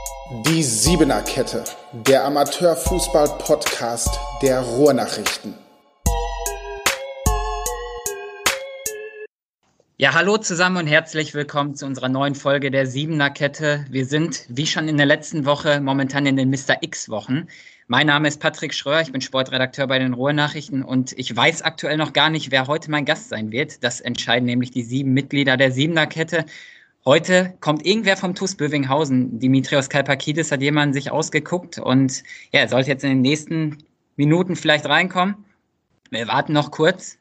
Die Siebener-Kette, der Amateurfußball-Podcast der Ruhrnachrichten. Ja, hallo zusammen und herzlich willkommen zu unserer neuen Folge der Siebener-Kette. Wir sind, wie schon in der letzten Woche, momentan in den Mr. X-Wochen. Mein Name ist Patrick Schröer, ich bin Sportredakteur bei den Ruhrnachrichten und ich weiß aktuell noch gar nicht, wer heute mein Gast sein wird. Das entscheiden nämlich die 7 Mitglieder der Siebener-Kette. Heute kommt irgendwer vom TuS Bövinghausen. Dimitrios Kalpakidis hat jemanden sich ausgeguckt und ja, er sollte jetzt in den nächsten Minuten vielleicht reinkommen. Wir warten noch kurz.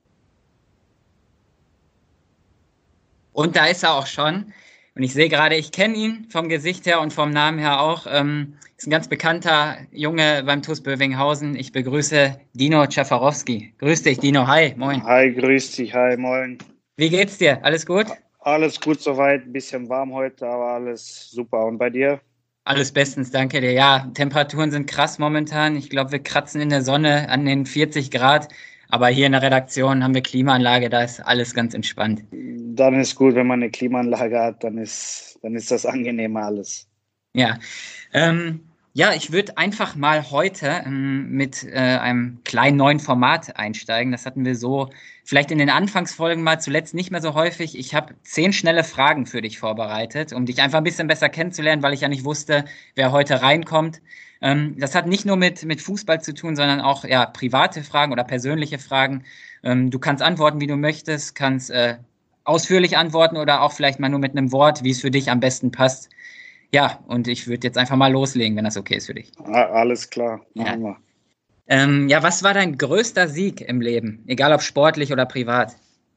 Und da ist er auch schon. Und ich sehe gerade, ich kenne ihn vom Gesicht her und vom Namen her auch. Ist ein ganz bekannter Junge beim TuS Bövinghausen. Ich begrüße Dino Czafarowski. Grüß dich, Dino. Hi, moin. Hi, grüß dich. Hi, moin. Wie geht's dir? Alles gut? Alles gut soweit. Ein bisschen warm heute, aber alles super. Und bei dir? Alles bestens, danke dir. Ja, Temperaturen sind krass momentan. Ich glaube, wir kratzen in der Sonne an den 40 Grad. Aber hier in der Redaktion haben wir Klimaanlage, da ist alles ganz entspannt. Dann ist gut, wenn man eine Klimaanlage hat, dann ist das angenehmer alles. Ja, ich würde einfach mal heute mit einem kleinen neuen Format einsteigen. Das hatten wir so vielleicht in den Anfangsfolgen mal, zuletzt nicht mehr so häufig. Ich habe 10 schnelle Fragen für dich vorbereitet, um dich einfach ein bisschen besser kennenzulernen, weil ich ja nicht wusste, wer heute reinkommt. Das hat nicht nur mit Fußball zu tun, sondern auch ja, private Fragen oder persönliche Fragen. Du kannst antworten, wie du möchtest, kannst ausführlich antworten oder auch vielleicht mal nur mit einem Wort, wie es für dich am besten passt. Ja, und ich würde jetzt einfach mal loslegen, wenn das okay ist für dich. Alles klar, machen wir. Was war dein größter Sieg im Leben? Egal ob sportlich oder privat.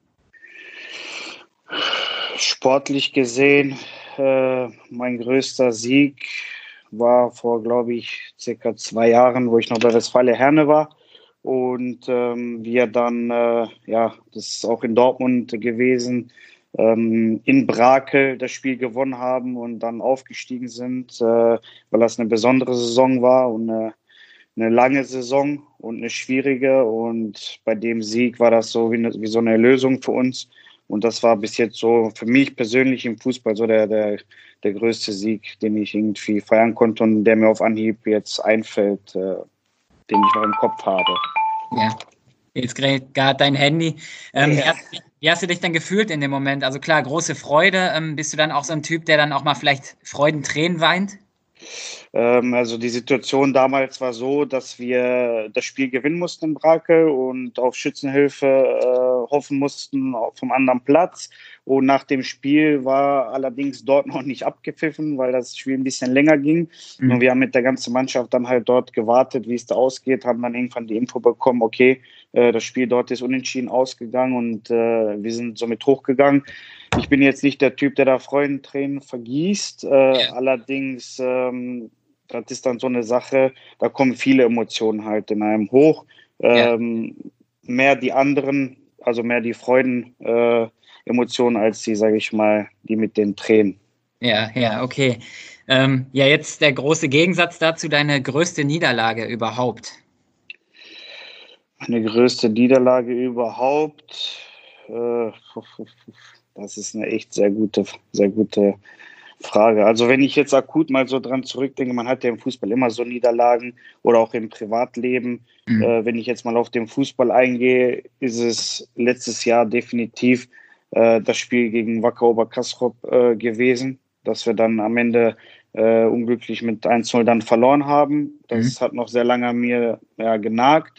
Sportlich gesehen, mein größter Sieg war vor, glaube ich, circa 2 Jahren, wo ich noch bei Westfalia Herne war. Und wir dann, das ist auch in Dortmund gewesen, in Brakel das Spiel gewonnen haben und dann aufgestiegen sind, weil das eine besondere Saison war und eine lange Saison und eine schwierige. Und bei dem Sieg war das so wie so eine Erlösung für uns. Und das war bis jetzt so für mich persönlich im Fußball so der größte Sieg, den ich irgendwie feiern konnte und der mir auf Anhieb jetzt einfällt, den ich noch im Kopf habe. Ja, jetzt gerade dein Handy. Wie hast du dich dann gefühlt in dem Moment? Also klar, große Freude. Bist du dann auch so ein Typ, der dann auch mal vielleicht Freudentränen weint? Also die Situation damals war so, dass wir das Spiel gewinnen mussten in Brakel und auf Schützenhilfe hoffen mussten vom anderen Platz. Und nach dem Spiel war allerdings dort noch nicht abgepfiffen, weil das Spiel ein bisschen länger ging. Und wir haben mit der ganzen Mannschaft dann halt dort gewartet, wie es da ausgeht, haben dann irgendwann die Info bekommen, okay, das Spiel dort ist unentschieden ausgegangen und wir sind somit hochgegangen. Ich bin jetzt nicht der Typ, der da Freudentränen vergießt. Allerdings, das ist dann so eine Sache, da kommen viele Emotionen halt in einem hoch. Mehr die anderen, also mehr die Freuden-Emotionen als die, sage ich mal, die mit den Tränen. Ja, okay. Jetzt der große Gegensatz dazu, deine größte Niederlage überhaupt. Meine größte Niederlage überhaupt, das ist eine echt sehr gute Frage. Also wenn ich jetzt akut mal so dran zurückdenke, man hat ja im Fußball immer so Niederlagen oder auch im Privatleben. Wenn ich jetzt mal auf den Fußball eingehe, ist es letztes Jahr definitiv das Spiel gegen Wacker Oberkastrop gewesen, dass wir dann am Ende unglücklich mit 1-0 dann verloren haben. Das hat noch sehr lange an mir genagt.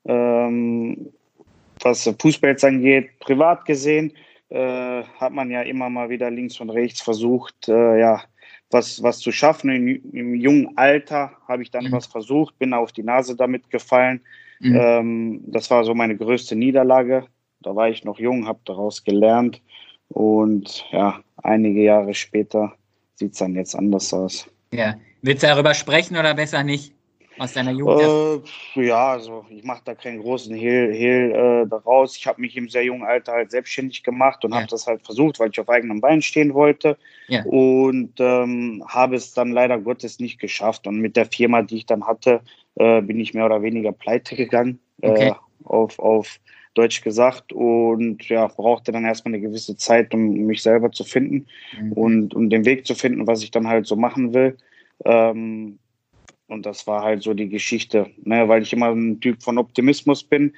Was Fußball jetzt angeht, privat gesehen, hat man ja immer mal wieder links und rechts versucht, was zu schaffen. Im jungen Alter habe ich dann was versucht, bin auf die Nase damit gefallen. Das war so meine größte Niederlage. Da war ich noch jung, habe daraus gelernt. Und ja, einige Jahre später sieht es dann jetzt anders aus. Ja. Willst du darüber sprechen oder besser nicht? Aus deiner Jugend? Also ich mache da keinen großen Hehl daraus. Ich habe mich im sehr jungen Alter halt selbstständig gemacht und habe das halt versucht, weil ich auf eigenen Beinen stehen wollte. Ja. Und habe es dann leider Gottes nicht geschafft. Und mit der Firma, die ich dann hatte, bin ich mehr oder weniger pleite gegangen, auf Deutsch gesagt. Und ja, brauchte dann erstmal eine gewisse Zeit, um mich selber zu finden und um den Weg zu finden, was ich dann halt so machen will. Und das war halt so die Geschichte, ne? Weil ich immer ein Typ von Optimismus bin.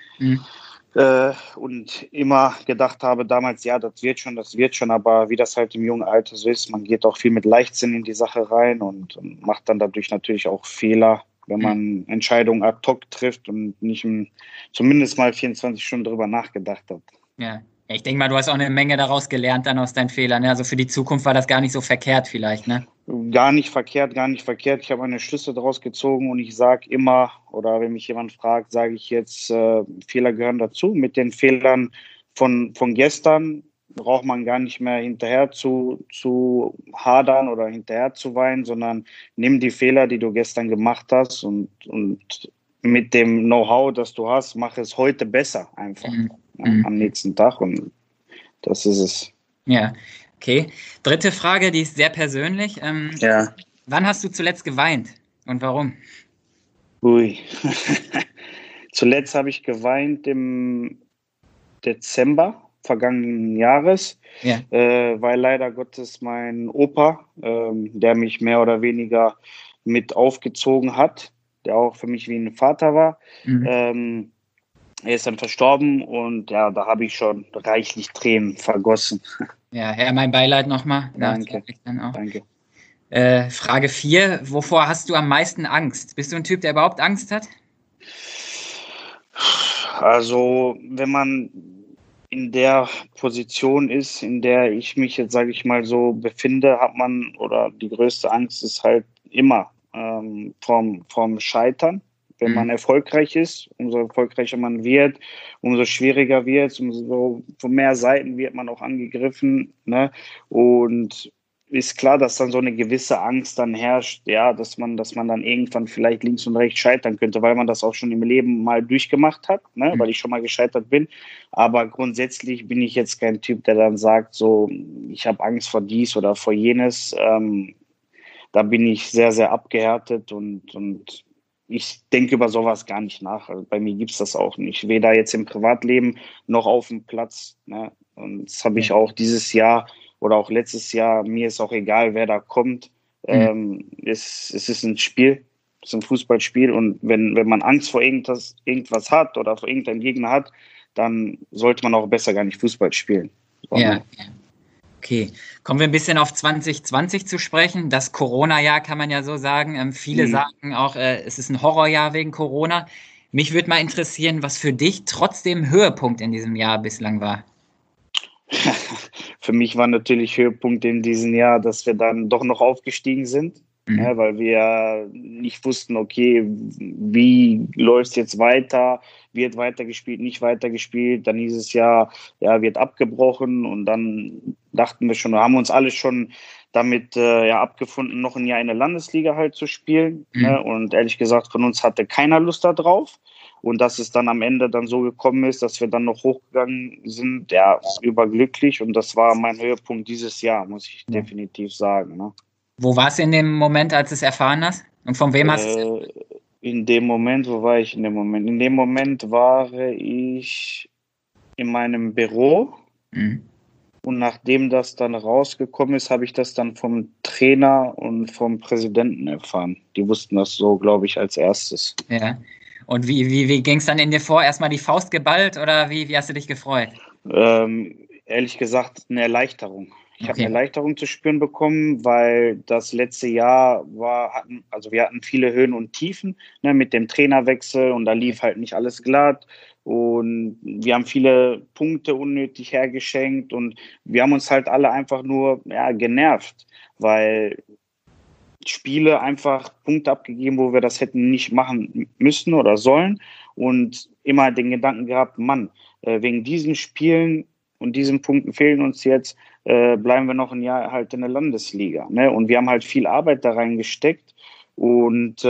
Und immer gedacht habe damals, ja, das wird schon, aber wie das halt im jungen Alter so ist, man geht auch viel mit Leichtsinn in die Sache rein und macht dann dadurch natürlich auch Fehler, wenn man Entscheidungen ad hoc trifft und nicht zumindest mal 24 Stunden drüber nachgedacht hat. Ja. Ich denke mal, du hast auch eine Menge daraus gelernt dann aus deinen Fehlern. Ne? Also für die Zukunft war das gar nicht so verkehrt vielleicht, ne? Gar nicht verkehrt. Ich habe meine Schlüsse daraus gezogen und ich sage immer, oder wenn mich jemand fragt, sage ich jetzt, Fehler gehören dazu. Mit den Fehlern von gestern braucht man gar nicht mehr hinterher zu hadern oder hinterher zu weinen, sondern nimm die Fehler, die du gestern gemacht hast und mit dem Know-how, das du hast, mach es heute besser einfach am nächsten Tag und das ist es. Ja, okay. Dritte Frage, die ist sehr persönlich. Ja. Wann hast du zuletzt geweint und warum? Ui. Zuletzt habe ich geweint im Dezember vergangenen Jahres, Ja. weil leider Gottes mein Opa, der mich mehr oder weniger mit aufgezogen hat, der auch für mich wie ein Vater war, er ist dann verstorben und ja, da habe ich schon reichlich Tränen vergossen. Ja, mein Beileid nochmal. Danke. Danke. Frage 4, wovor hast du am meisten Angst? Bist du ein Typ, der überhaupt Angst hat? Also, wenn man in der Position ist, in der ich mich jetzt, sage ich mal, so befinde, hat man, oder die größte Angst ist halt immer vom Scheitern. Wenn man erfolgreich ist, umso erfolgreicher man wird, umso schwieriger wird es, umso von mehr Seiten wird man auch angegriffen, ne? Und ist klar, dass dann so eine gewisse Angst dann herrscht, ja, dass man dann irgendwann vielleicht links und rechts scheitern könnte, weil man das auch schon im Leben mal durchgemacht hat, ne? Weil ich schon mal gescheitert bin. Aber grundsätzlich bin ich jetzt kein Typ, der dann sagt, so, ich habe Angst vor dies oder vor jenes. Da bin ich sehr, sehr abgehärtet und ich denke über sowas gar nicht nach. Also bei mir gibt es das auch nicht. Weder jetzt im Privatleben noch auf dem Platz. Ne? Und das habe ich auch dieses Jahr oder auch letztes Jahr. Mir ist auch egal, wer da kommt. Es ist ein Spiel. Es ist ein Fußballspiel. Und wenn man Angst vor irgendwas hat oder vor irgendeinem Gegner hat, dann sollte man auch besser gar nicht Fußball spielen. Ja. Okay, kommen wir ein bisschen auf 2020 zu sprechen. Das Corona-Jahr kann man ja so sagen. Viele sagen auch, es ist ein Horrorjahr wegen Corona. Mich würde mal interessieren, was für dich trotzdem Höhepunkt in diesem Jahr bislang war. Für mich war natürlich Höhepunkt in diesem Jahr, dass wir dann doch noch aufgestiegen sind, weil wir nicht wussten, okay, wie läuft es jetzt weiter, wird weitergespielt, nicht weitergespielt. Dann hieß es ja, wird abgebrochen und dann dachten wir schon, haben uns alle schon damit abgefunden, noch ein Jahr in der Landesliga halt zu spielen. Ne? Und ehrlich gesagt, von uns hatte keiner Lust da drauf. Und dass es dann am Ende dann so gekommen ist, dass wir dann noch hochgegangen sind, ja, überglücklich. Und das war mein Höhepunkt dieses Jahr, muss ich definitiv sagen. Ne? Wo warst du in dem Moment, als du es erfahren hast? Und von wem hast du es? In dem Moment, wo war ich in dem Moment? In dem Moment war ich in meinem Büro. Und nachdem das dann rausgekommen ist, habe ich das dann vom Trainer und vom Präsidenten erfahren. Die wussten das so, glaube ich, als erstes. Ja. Und wie ging es dann in dir vor? Erstmal die Faust geballt oder wie hast du dich gefreut? Ehrlich gesagt, eine Erleichterung. Ich habe eine Erleichterung zu spüren bekommen, weil das letzte Jahr wir hatten viele Höhen und Tiefen, ne, mit dem Trainerwechsel und da lief halt nicht alles glatt und wir haben viele Punkte unnötig hergeschenkt und wir haben uns halt alle einfach nur genervt, weil Spiele einfach Punkte abgegeben, wo wir das hätten nicht machen müssen oder sollen und immer den Gedanken gehabt, Mann, wegen diesen Spielen und diesen Punkten fehlen uns jetzt, bleiben wir noch ein Jahr halt in der Landesliga. Ne? Und wir haben halt viel Arbeit da reingesteckt und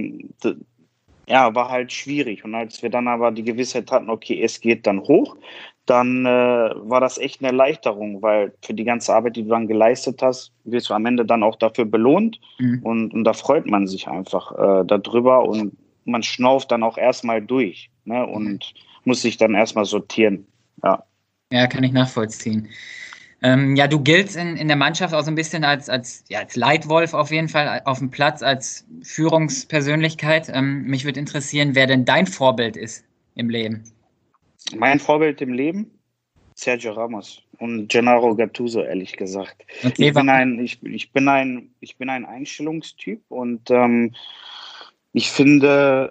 war halt schwierig. Und als wir dann aber die Gewissheit hatten, okay, es geht dann hoch, dann war das echt eine Erleichterung, weil für die ganze Arbeit, die du dann geleistet hast, wirst du am Ende dann auch dafür belohnt und da freut man sich einfach darüber und man schnauft dann auch erstmal durch, ne? Und muss sich dann erstmal sortieren. Ja, kann ich nachvollziehen. Ja, du giltst in der Mannschaft auch so ein bisschen als Leitwolf auf jeden Fall auf dem Platz, als Führungspersönlichkeit. Mich würde interessieren, wer denn dein Vorbild ist im Leben. Mein Vorbild im Leben? Sergio Ramos und Gennaro Gattuso, ehrlich gesagt. Okay, Ich bin ein Einstellungstyp und ich finde,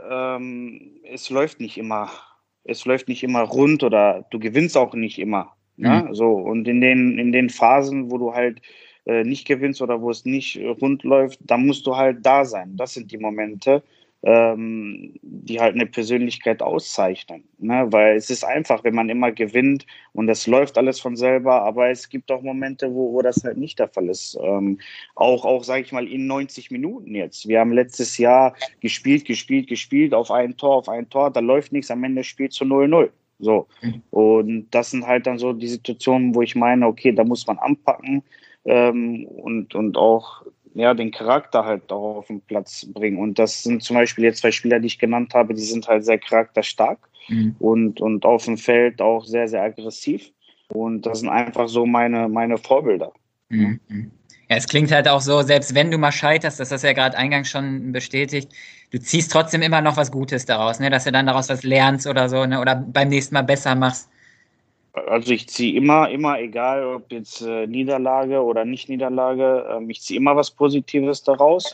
es läuft nicht immer rund oder du gewinnst auch nicht immer. Ne? So, und in den Phasen, wo du halt nicht gewinnst oder wo es nicht rund läuft, da musst du halt da sein. Das sind die Momente, die halt eine Persönlichkeit auszeichnen. Ne? Weil es ist einfach, wenn man immer gewinnt und es läuft alles von selber, aber es gibt auch Momente, wo das halt nicht der Fall ist. Auch sage ich mal, in 90 Minuten jetzt. Wir haben letztes Jahr gespielt, auf ein Tor, da läuft nichts, am Ende spielt zu 0-0. So. Und das sind halt dann so die Situationen, wo ich meine, okay, da muss man anpacken und auch den Charakter halt auch auf den Platz bringen. Und das sind zum Beispiel jetzt 2 Spieler, die ich genannt habe, die sind halt sehr charakterstark und auf dem Feld auch sehr, sehr aggressiv. Und das sind einfach so meine Vorbilder. Ja, es klingt halt auch so, selbst wenn du mal scheiterst, das hast du ja gerade eingangs schon bestätigt, du ziehst trotzdem immer noch was Gutes daraus, ne? Dass du dann daraus was lernst oder so, ne? Oder beim nächsten Mal besser machst. Also ich ziehe immer, egal ob jetzt Niederlage oder nicht Niederlage, ich ziehe immer was Positives daraus.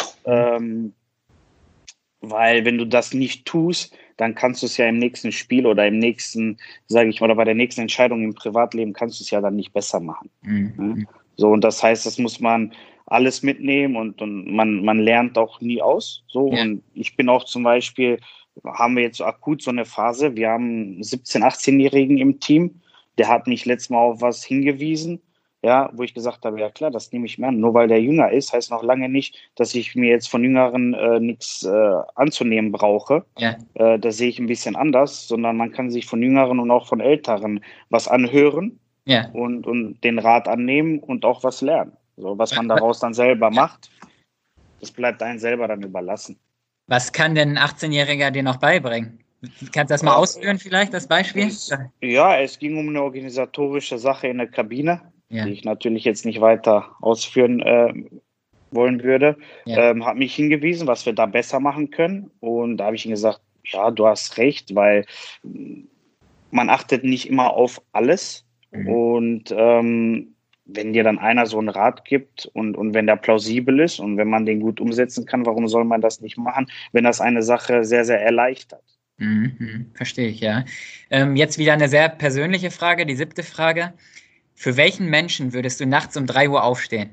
Weil wenn du das nicht tust, dann kannst du es ja im nächsten Spiel oder im nächsten, sage ich mal, oder bei der nächsten Entscheidung im Privatleben kannst du es ja dann nicht besser machen. Ne? So, und das heißt, das muss man alles mitnehmen und man lernt auch nie aus. So, ja. Und ich bin auch zum Beispiel, haben wir jetzt akut so eine Phase, wir haben einen 17-, 18-Jährigen im Team, der hat mich letztes Mal auf was hingewiesen, ja, wo ich gesagt habe, ja klar, das nehme ich mir an. Nur weil der jünger ist, heißt noch lange nicht, dass ich mir jetzt von Jüngeren nichts anzunehmen brauche. Ja. Das sehe ich ein bisschen anders, sondern man kann sich von Jüngeren und auch von Älteren was anhören, ja, und den Rat annehmen und auch was lernen. So, was man daraus dann selber macht, das bleibt einem selber dann überlassen. Was kann denn ein 18-Jähriger dir noch beibringen? Kannst du das mal ausführen vielleicht, das Beispiel? Es ging um eine organisatorische Sache in der Kabine, die ich natürlich jetzt nicht weiter ausführen wollen würde. Hat mich hingewiesen, was wir da besser machen können. Und da habe ich ihm gesagt, ja, du hast recht, weil man achtet nicht immer auf alles. Und wenn dir dann einer so einen Rat gibt und wenn der plausibel ist und wenn man den gut umsetzen kann, warum soll man das nicht machen, wenn das eine Sache sehr, sehr erleichtert? Verstehe ich, ja. Jetzt wieder eine sehr persönliche Frage, die 7. Frage. Für welchen Menschen würdest du nachts um 3 Uhr aufstehen?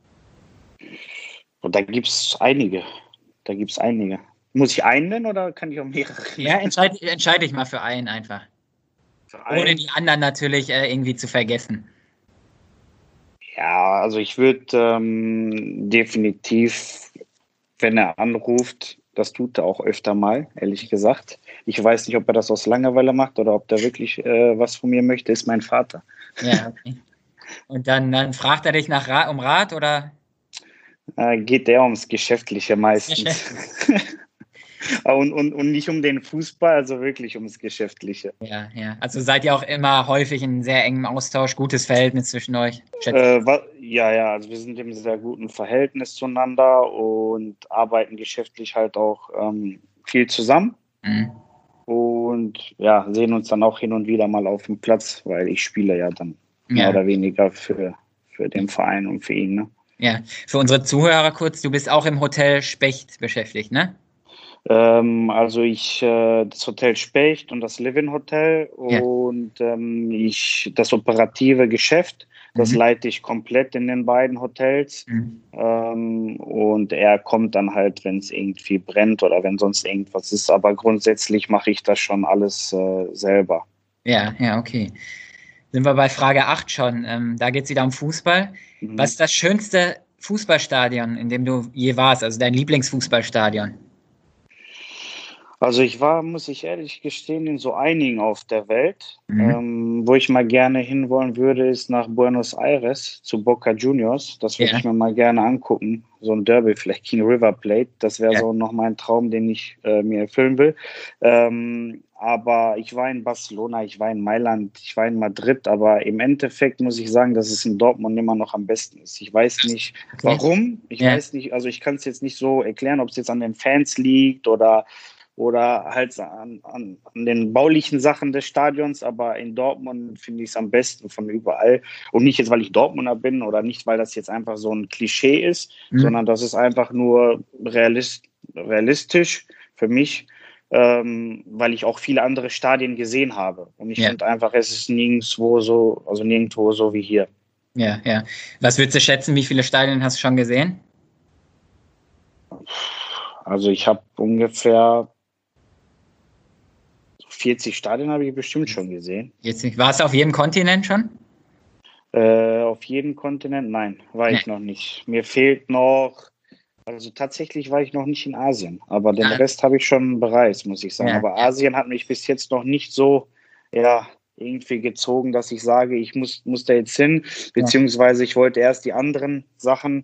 Und da gibt es einige. Muss ich einen nennen oder kann ich auch mehrere? Ja, entscheide ich mal für einen einfach. Ohne die anderen natürlich irgendwie zu vergessen. Ja, also ich würde definitiv, wenn er anruft, das tut er auch öfter mal, ehrlich gesagt. Ich weiß nicht, ob er das aus Langeweile macht oder ob der wirklich was von mir möchte, ist mein Vater. Ja, okay. Und dann fragt er dich um Rat oder? Geht der ums Geschäftliche meistens. Und nicht um den Fußball, also wirklich ums Geschäftliche. Ja. Also seid ihr auch immer häufig in sehr engem Austausch, gutes Verhältnis zwischen euch? Also wir sind im sehr guten Verhältnis zueinander und arbeiten geschäftlich halt auch viel zusammen. Und ja, sehen uns dann auch hin und wieder mal auf dem Platz, weil ich spiele ja dann mehr oder weniger für den Verein und für ihn. Ne? Ja, für unsere Zuhörer kurz, du bist auch im Hotel Specht beschäftigt, ne? Also das Hotel Specht und das Live-In Hotel und das operative Geschäft, das leite ich komplett in den beiden Hotels. Und er kommt dann halt, wenn es irgendwie brennt oder wenn sonst irgendwas ist. Aber grundsätzlich mache ich das schon alles selber. Ja, okay. Sind wir bei Frage 8 schon. Da geht es wieder um Fußball. Was ist das schönste Fußballstadion, in dem du je warst? Also dein Lieblingsfußballstadion? Also ich war, muss ich ehrlich gestehen, in so einigen auf der Welt. Wo ich mal gerne hinwollen würde, ist nach Buenos Aires zu Boca Juniors. Das würde ich mir mal gerne angucken. So ein Derby vielleicht gegen River Plate. Das wäre so noch mein Traum, den ich mir erfüllen will. aber ich war in Barcelona, ich war in Mailand, ich war in Madrid, aber im Endeffekt muss ich sagen, dass es in Dortmund immer noch am besten ist. Ich weiß nicht, warum. Ich weiß nicht, also ich kann es jetzt nicht so erklären, ob es jetzt an den Fans liegt oder halt an den baulichen Sachen des Stadions, aber in Dortmund finde ich es am besten von überall. Und nicht jetzt, weil ich Dortmunder bin oder nicht, weil das jetzt einfach so ein Klischee ist, sondern das ist einfach nur realistisch für mich, weil ich auch viele andere Stadien gesehen habe. Und ich finde einfach, es ist nirgendwo so wie hier. Ja, ja. Was würdest du schätzen, wie viele Stadien hast du schon gesehen? Also ich habe ungefähr 40 Stadien habe ich bestimmt schon gesehen. Warst du auf jedem Kontinent schon? Auf jedem Kontinent? Nein, war ich noch nicht. Mir fehlt noch, also tatsächlich war ich noch nicht in Asien, aber den Rest habe ich schon bereist, muss ich sagen. Aber Asien hat mich bis jetzt noch nicht so, irgendwie gezogen, dass ich sage, ich muss da jetzt hin, beziehungsweise ich wollte erst die anderen Sachen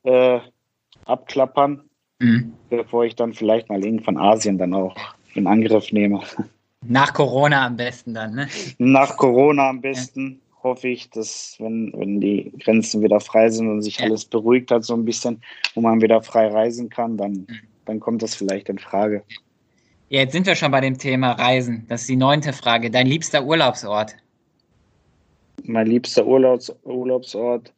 abklappern, bevor ich dann vielleicht mal irgendwann Asien dann auch in Angriff nehme. Nach Corona am besten dann, ne? Nach Corona am besten hoffe ich, dass wenn die Grenzen wieder frei sind und sich alles beruhigt hat so ein bisschen, wo man wieder frei reisen kann, dann kommt das vielleicht in Frage. Ja, jetzt sind wir schon bei dem Thema Reisen. Das ist die 9. Frage. Dein liebster Urlaubsort? Mein liebster Urlaubsort?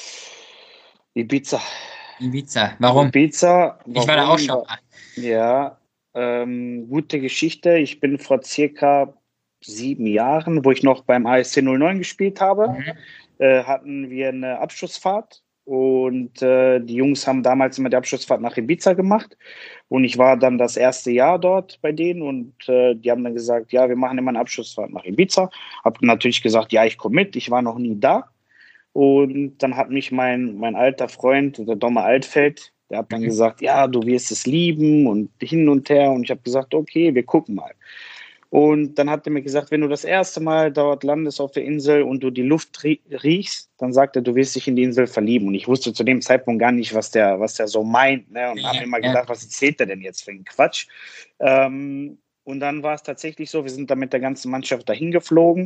Ibiza. Warum? Ibiza. Ich war da auch schon mal. Ja, gute Geschichte. Ich bin vor circa 7 Jahren, wo ich noch beim ASC 09 gespielt habe, hatten wir eine Abschlussfahrt und die Jungs haben damals immer die Abschlussfahrt nach Ibiza gemacht und ich war dann das erste Jahr dort bei denen und die haben dann gesagt, ja, wir machen immer eine Abschlussfahrt nach Ibiza. Habe natürlich gesagt, ja, ich komme mit, ich war noch nie da und dann hat mich mein alter Freund, der Domme Altfeld, der hat dann gesagt, ja, du wirst es lieben und hin und her und ich habe gesagt, okay, wir gucken mal. Und dann hat er mir gesagt, wenn du das erste Mal dort landest auf der Insel und du die Luft riechst, dann sagt er, du wirst dich in die Insel verlieben. Und ich wusste zu dem Zeitpunkt gar nicht, was der so meint. Ne? Und habe immer gedacht, was erzählt er denn jetzt für einen Quatsch? Und dann war es tatsächlich so, wir sind da mit der ganzen Mannschaft dahin geflogen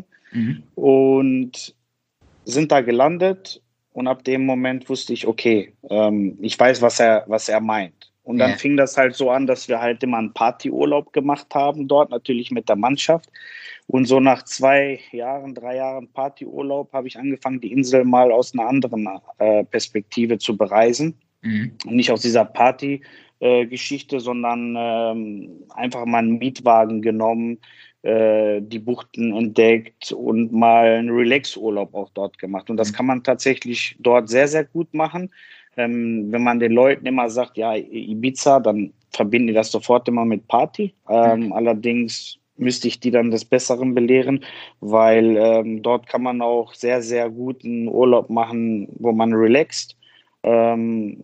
und sind da gelandet. Und ab dem Moment wusste ich, okay, ich weiß, was er meint. Und dann fing das halt so an, dass wir halt immer einen Partyurlaub gemacht haben dort, natürlich mit der Mannschaft. Und so nach 3 Jahren Partyurlaub habe ich angefangen, die Insel mal aus einer anderen Perspektive zu bereisen. Und nicht aus dieser Party-Geschichte, sondern einfach mal einen Mietwagen genommen, die Buchten entdeckt und mal einen Relax-Urlaub auch dort gemacht. Und das kann man tatsächlich dort sehr, sehr gut machen. Wenn man den Leuten immer sagt, ja, Ibiza, dann verbinden die das sofort immer mit Party. Allerdings müsste ich die dann des Besseren belehren, weil dort kann man auch sehr, sehr guten Urlaub machen, wo man relaxt. Und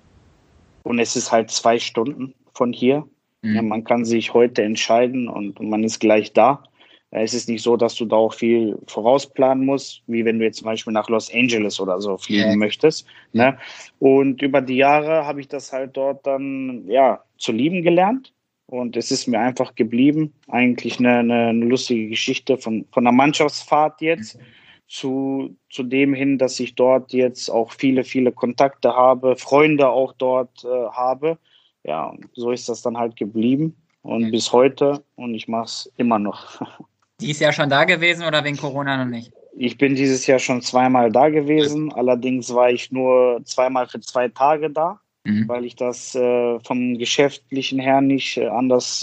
es ist halt 2 Stunden von hier. Ja, man kann sich heute entscheiden und man ist gleich da. Es ist nicht so, dass du da auch viel vorausplanen musst, wie wenn du jetzt zum Beispiel nach Los Angeles oder so fliegen möchtest. Ne? Und über die Jahre habe ich das halt dort dann zu lieben gelernt. Und es ist mir einfach geblieben. Eigentlich eine lustige Geschichte von der Mannschaftsfahrt jetzt zu dem hin, dass ich dort jetzt auch viele, viele Kontakte habe, Freunde auch dort habe. Ja, und so ist das dann halt geblieben. Und bis heute. Und ich mache es immer noch. Dieses Jahr schon da gewesen oder wegen Corona noch nicht? Ich bin dieses Jahr schon 2-mal da gewesen. Allerdings war ich nur 2-mal für 2 Tage da, weil ich das vom Geschäftlichen her nicht anders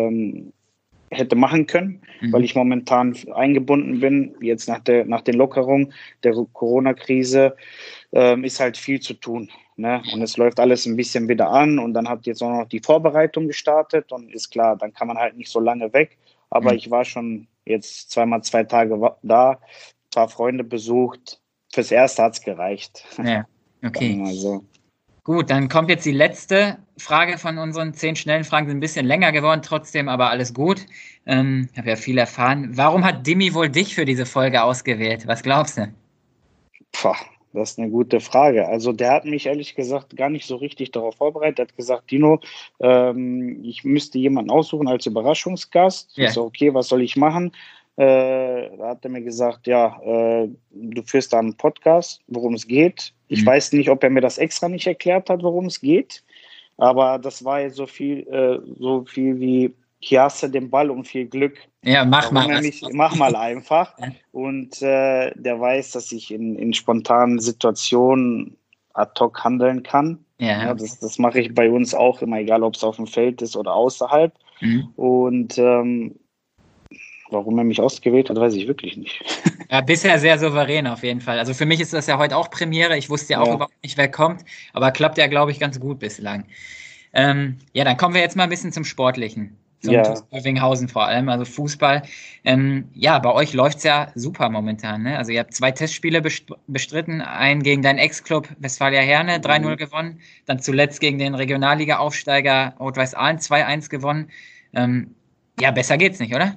hätte machen können, weil ich momentan eingebunden bin. Jetzt nach den Lockerungen der Corona-Krise ist halt viel zu tun. Ne? Und es läuft alles ein bisschen wieder an und dann hat jetzt auch noch die Vorbereitung gestartet und ist klar, dann kann man halt nicht so lange weg. Aber ich war schon jetzt 2-mal 2 Tage da, ein paar Freunde besucht. Fürs Erste hat es gereicht. Ja, okay. So. Gut, dann kommt jetzt die letzte Frage von unseren 10 schnellen Fragen. Sind ein bisschen länger geworden trotzdem, aber alles gut. Ich habe ja viel erfahren. Warum hat Dimi wohl dich für diese Folge ausgewählt? Was glaubst du? Das ist eine gute Frage. Also der hat mich ehrlich gesagt gar nicht so richtig darauf vorbereitet. Er hat gesagt, Dino, ich müsste jemanden aussuchen als Überraschungsgast. Ja. Ich so, okay, was soll ich machen? Da hat er mir gesagt, ja, du führst da einen Podcast, worum es geht. Ich weiß nicht, ob er mir das extra nicht erklärt hat, worum es geht. Aber das war jetzt so viel wie, hier hast du den Ball und viel Glück. Ja, mach mal einfach. Und der weiß, dass ich in spontanen Situationen ad hoc handeln kann. Ja, das mache ich bei uns auch immer, egal ob es auf dem Feld ist oder außerhalb. Und warum er mich ausgewählt hat, weiß ich wirklich nicht. Ja, bisher sehr souverän auf jeden Fall. Also für mich ist das ja heute auch Premiere. Ich wusste ja auch überhaupt nicht, wer kommt, aber klappt ja, glaube ich, ganz gut bislang. Dann kommen wir jetzt mal ein bisschen zum Sportlichen. Zum TuS Bövinghausen vor allem, also Fußball. Bei euch läuft es ja super momentan. Ne? Also ihr habt 2 Testspiele bestritten, einen gegen deinen Ex-Club Westfalia Herne, 3-0 gewonnen, dann zuletzt gegen den Regionalliga-Aufsteiger Rot-Weiß Aalen 2-1 gewonnen. Besser geht's nicht, oder?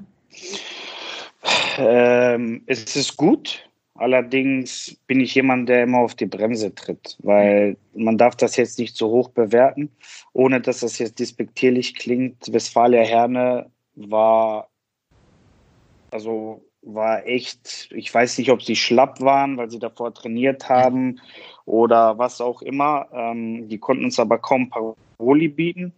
Es ist gut. Allerdings bin ich jemand, der immer auf die Bremse tritt, weil man darf das jetzt nicht so hoch bewerten, ohne dass das jetzt despektierlich klingt. Westfalia Herne war echt, ich weiß nicht, ob sie schlapp waren, weil sie davor trainiert haben oder was auch immer. Die konnten uns aber kaum Paroli bieten.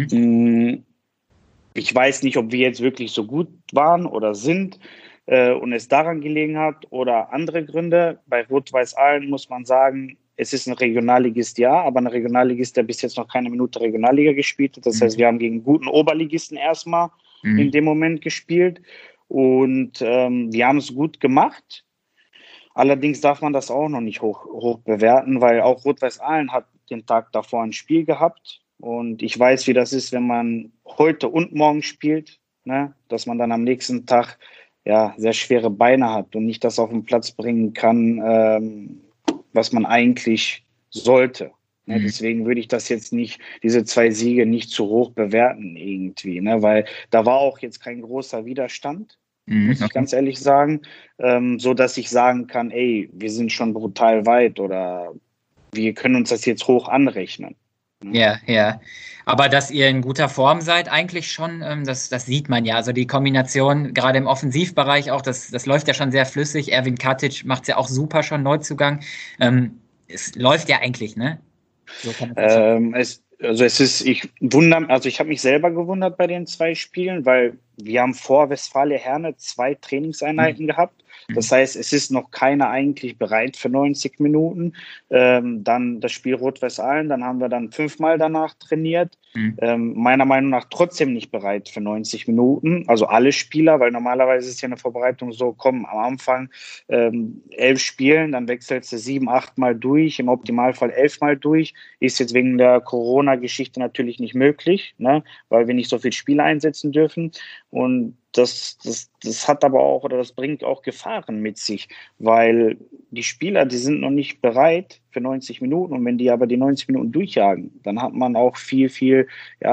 Ich weiß nicht, ob wir jetzt wirklich so gut waren oder sind und es daran gelegen hat oder andere Gründe. Bei Rot-Weiß Aalen muss man sagen, es ist ein Regionalligist, ja, aber ein Regionalligist, der bis jetzt noch keine Minute Regionalliga gespielt hat. Das heißt, wir haben gegen einen guten Oberligisten erstmal in dem Moment gespielt und wir haben es gut gemacht. Allerdings darf man das auch noch nicht hoch bewerten, weil auch Rot-Weiß Aalen hat den Tag davor ein Spiel gehabt. Und ich weiß, wie das ist, wenn man heute und morgen spielt, ne? Dass man dann am nächsten Tag sehr schwere Beine hat und nicht das auf den Platz bringen kann, was man eigentlich sollte. Ne? Deswegen würde ich das jetzt nicht, diese 2 Siege nicht zu hoch bewerten irgendwie, ne? Weil da war auch jetzt kein großer Widerstand, muss ich ganz ehrlich sagen, so dass ich sagen kann, ey, wir sind schon brutal weit oder wir können uns das jetzt hoch anrechnen. Ja. Aber dass ihr in guter Form seid, eigentlich schon, das sieht man ja. Also die Kombination, gerade im Offensivbereich auch, das läuft ja schon sehr flüssig. Erwin Katic macht es ja auch super schon, Neuzugang. Es läuft ja eigentlich, ne? So kann man das ich habe mich selber gewundert bei den 2 Spielen, weil wir haben vor Westfalia Herne 2 Trainingseinheiten gehabt. Das heißt, es ist noch keiner eigentlich bereit für 90 Minuten. Dann das Spiel Rot-Weiß Aalen, dann haben wir dann 5-mal danach trainiert. Meiner Meinung nach trotzdem nicht bereit für 90 Minuten. Also alle Spieler, weil normalerweise ist ja eine Vorbereitung so, komm, am Anfang 11 Spielen, dann wechselst du 7-8 Mal durch, im Optimalfall 11 Mal durch. Ist jetzt wegen der Corona-Geschichte natürlich nicht möglich, ne? Weil wir nicht so viele Spiele einsetzen dürfen. Und das hat aber auch, oder das bringt auch Gefahren mit sich, weil die Spieler, die sind noch nicht bereit für 90 Minuten und wenn die aber die 90 Minuten durchjagen, dann hat man auch viel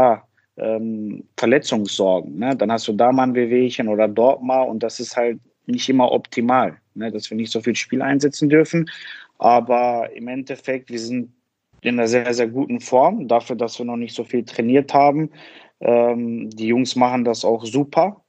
Verletzungssorgen. Ne? Dann hast du da mal ein Wehwehchen oder dort mal und das ist halt nicht immer optimal, ne? Dass wir nicht so viel Spiel einsetzen dürfen, aber im Endeffekt, wir sind in einer sehr, sehr guten Form, dafür, dass wir noch nicht so viel trainiert haben. Die Jungs machen das auch super.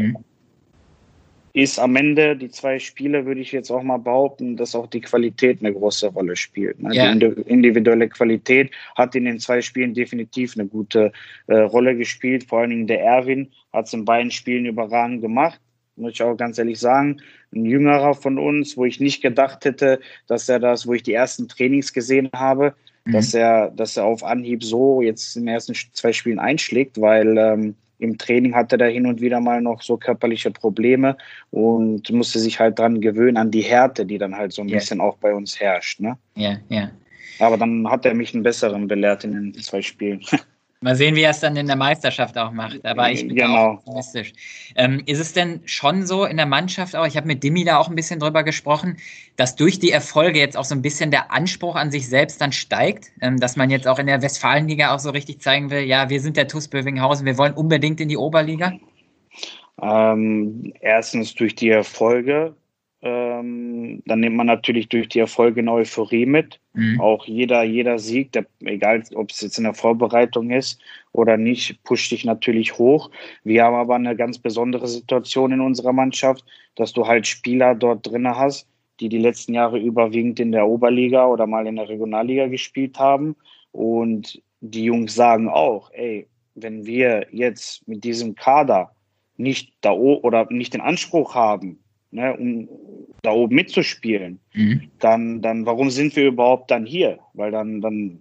Ist am Ende, die 2 Spiele, würde ich jetzt auch mal behaupten, dass auch die Qualität eine große Rolle spielt. Ne? Ja. Die individuelle Qualität hat in den 2 Spielen definitiv eine gute Rolle gespielt. Vor allen Dingen der Erwin hat es in beiden Spielen überragend gemacht. Muss ich auch ganz ehrlich sagen, ein Jüngerer von uns, wo ich nicht gedacht hätte, dass er das, wo ich die ersten Trainings gesehen habe, dass er auf Anhieb so jetzt in den ersten 2 Spielen einschlägt, weil im Training hatte er hin und wieder mal noch so körperliche Probleme und musste sich halt dran gewöhnen, an die Härte, die dann halt so ein bisschen auch bei uns herrscht. Ne? Ja. Aber dann hat er mich einen besseren belehrt in den 2 Spielen. Mal sehen, wie er es dann in der Meisterschaft auch macht. Aber ich bin auch optimistisch. Ist es denn schon so in der Mannschaft auch, ich habe mit Dimi da auch ein bisschen drüber gesprochen, dass durch die Erfolge jetzt auch so ein bisschen der Anspruch an sich selbst dann steigt, dass man jetzt auch in der Westfalenliga auch so richtig zeigen will, ja, wir sind der TuS Bövinghausen, wir wollen unbedingt in die Oberliga? Erstens durch die Erfolge. dann nimmt man natürlich durch die Erfolge eine Euphorie mit. Auch jeder Sieg, egal ob es jetzt in der Vorbereitung ist oder nicht, pusht dich natürlich hoch. Wir haben aber eine ganz besondere Situation in unserer Mannschaft, dass du halt Spieler dort drin hast, die letzten Jahre überwiegend in der Oberliga oder mal in der Regionalliga gespielt haben. Und die Jungs sagen auch, ey, wenn wir jetzt mit diesem Kader nicht nicht den Anspruch haben, ne, um da oben mitzuspielen, dann warum sind wir überhaupt dann hier? Weil dann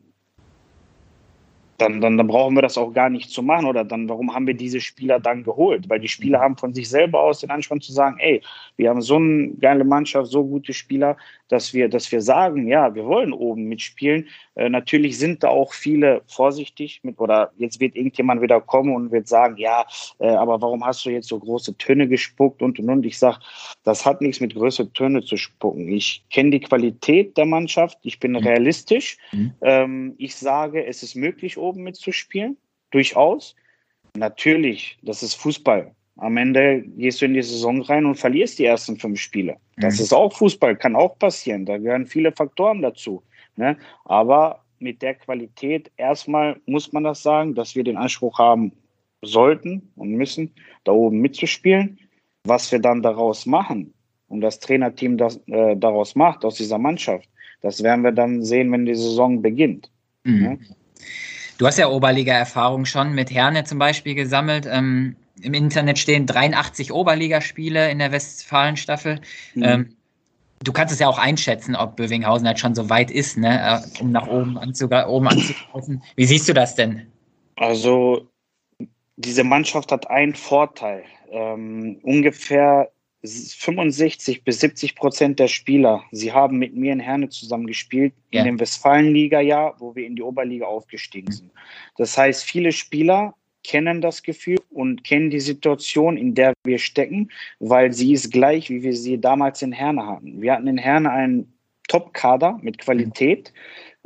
brauchen wir das auch gar nicht zu machen, oder dann, warum haben wir diese Spieler dann geholt? Weil die Spieler haben von sich selber aus den Ansporn zu sagen, ey, wir haben so eine geile Mannschaft, so gute Spieler, dass wir sagen, ja, wir wollen oben mitspielen. Natürlich sind da auch viele vorsichtig oder jetzt wird irgendjemand wieder kommen und wird sagen, ja, aber warum hast du jetzt so große Töne gespuckt und. Ich sage, das hat nichts mit größeren Töne zu spucken. Ich kenne die Qualität der Mannschaft, ich bin realistisch. Ich sage, es ist möglich, oben mitzuspielen, durchaus. Natürlich, das ist Fußball. Am Ende gehst du in die Saison rein und verlierst die ersten 5 Spiele. Das ist auch Fußball, kann auch passieren. Da gehören viele Faktoren dazu. Ne? Aber mit der Qualität, erstmal muss man das sagen, dass wir den Anspruch haben sollten und müssen, da oben mitzuspielen. Was wir dann daraus machen und das Trainerteam daraus macht, aus dieser Mannschaft, das werden wir dann sehen, wenn die Saison beginnt. Ne? Du hast ja Oberliga-Erfahrung schon mit Herne zum Beispiel gesammelt. Im Internet stehen 83 Oberligaspiele in der Westfalenstaffel. Du kannst es ja auch einschätzen, ob Bövinghausen halt schon so weit ist, ne, um nach oben anzugreifen. Wie siehst du das denn? Also, diese Mannschaft hat einen Vorteil. Ungefähr 65-70% der Spieler, sie haben mit mir in Herne zusammen gespielt, in dem Westfalenliga-Jahr, wo wir in die Oberliga aufgestiegen sind. Das heißt, viele Spieler kennen das Gefühl und kennen die Situation, in der wir stecken, weil sie ist gleich, wie wir sie damals in Herne hatten. Wir hatten in Herne einen Top-Kader mit Qualität,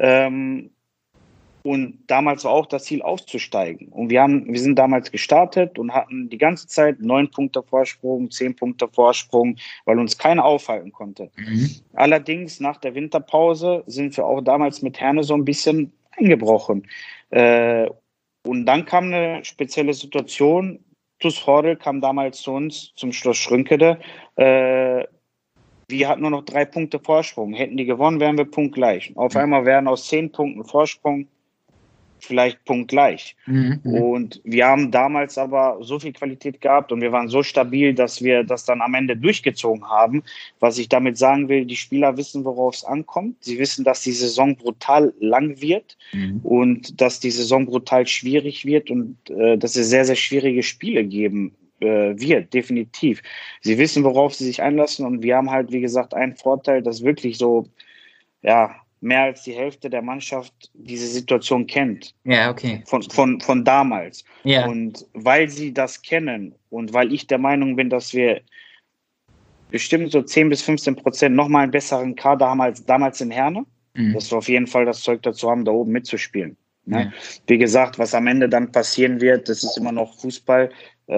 und damals war auch das Ziel, aufzusteigen. Und wir sind damals gestartet und hatten die ganze Zeit 9 Punkte Vorsprung, 10 Punkte Vorsprung, weil uns keiner aufhalten konnte. Allerdings nach der Winterpause sind wir auch damals mit Herne so ein bisschen eingebrochen. Und dann kam eine spezielle Situation. TuS Hordel kam damals zu uns, zum Schloss Schrönkede. Wir hatten nur noch 3 Punkte Vorsprung. Hätten die gewonnen, wären wir punktgleich. Auf einmal wären aus 10 Punkten Vorsprung vielleicht punktgleich. Und wir haben damals aber so viel Qualität gehabt und wir waren so stabil, dass wir das dann am Ende durchgezogen haben. Was ich damit sagen will, die Spieler wissen, worauf es ankommt. Sie wissen, dass die Saison brutal lang wird und dass die Saison brutal schwierig wird und dass es sehr, sehr schwierige Spiele geben wird, definitiv. Sie wissen, worauf sie sich einlassen und wir haben halt, wie gesagt, einen Vorteil, dass wirklich so, ja, mehr als die Hälfte der Mannschaft diese Situation kennt. Ja, okay. Von damals. Ja. Und weil sie das kennen und weil ich der Meinung bin, dass wir bestimmt so 10-15% nochmal einen besseren Kader haben als damals in Herne, dass wir auf jeden Fall das Zeug dazu haben, da oben mitzuspielen. Ne? Ja. Wie gesagt, was am Ende dann passieren wird, das ist immer noch Fußball.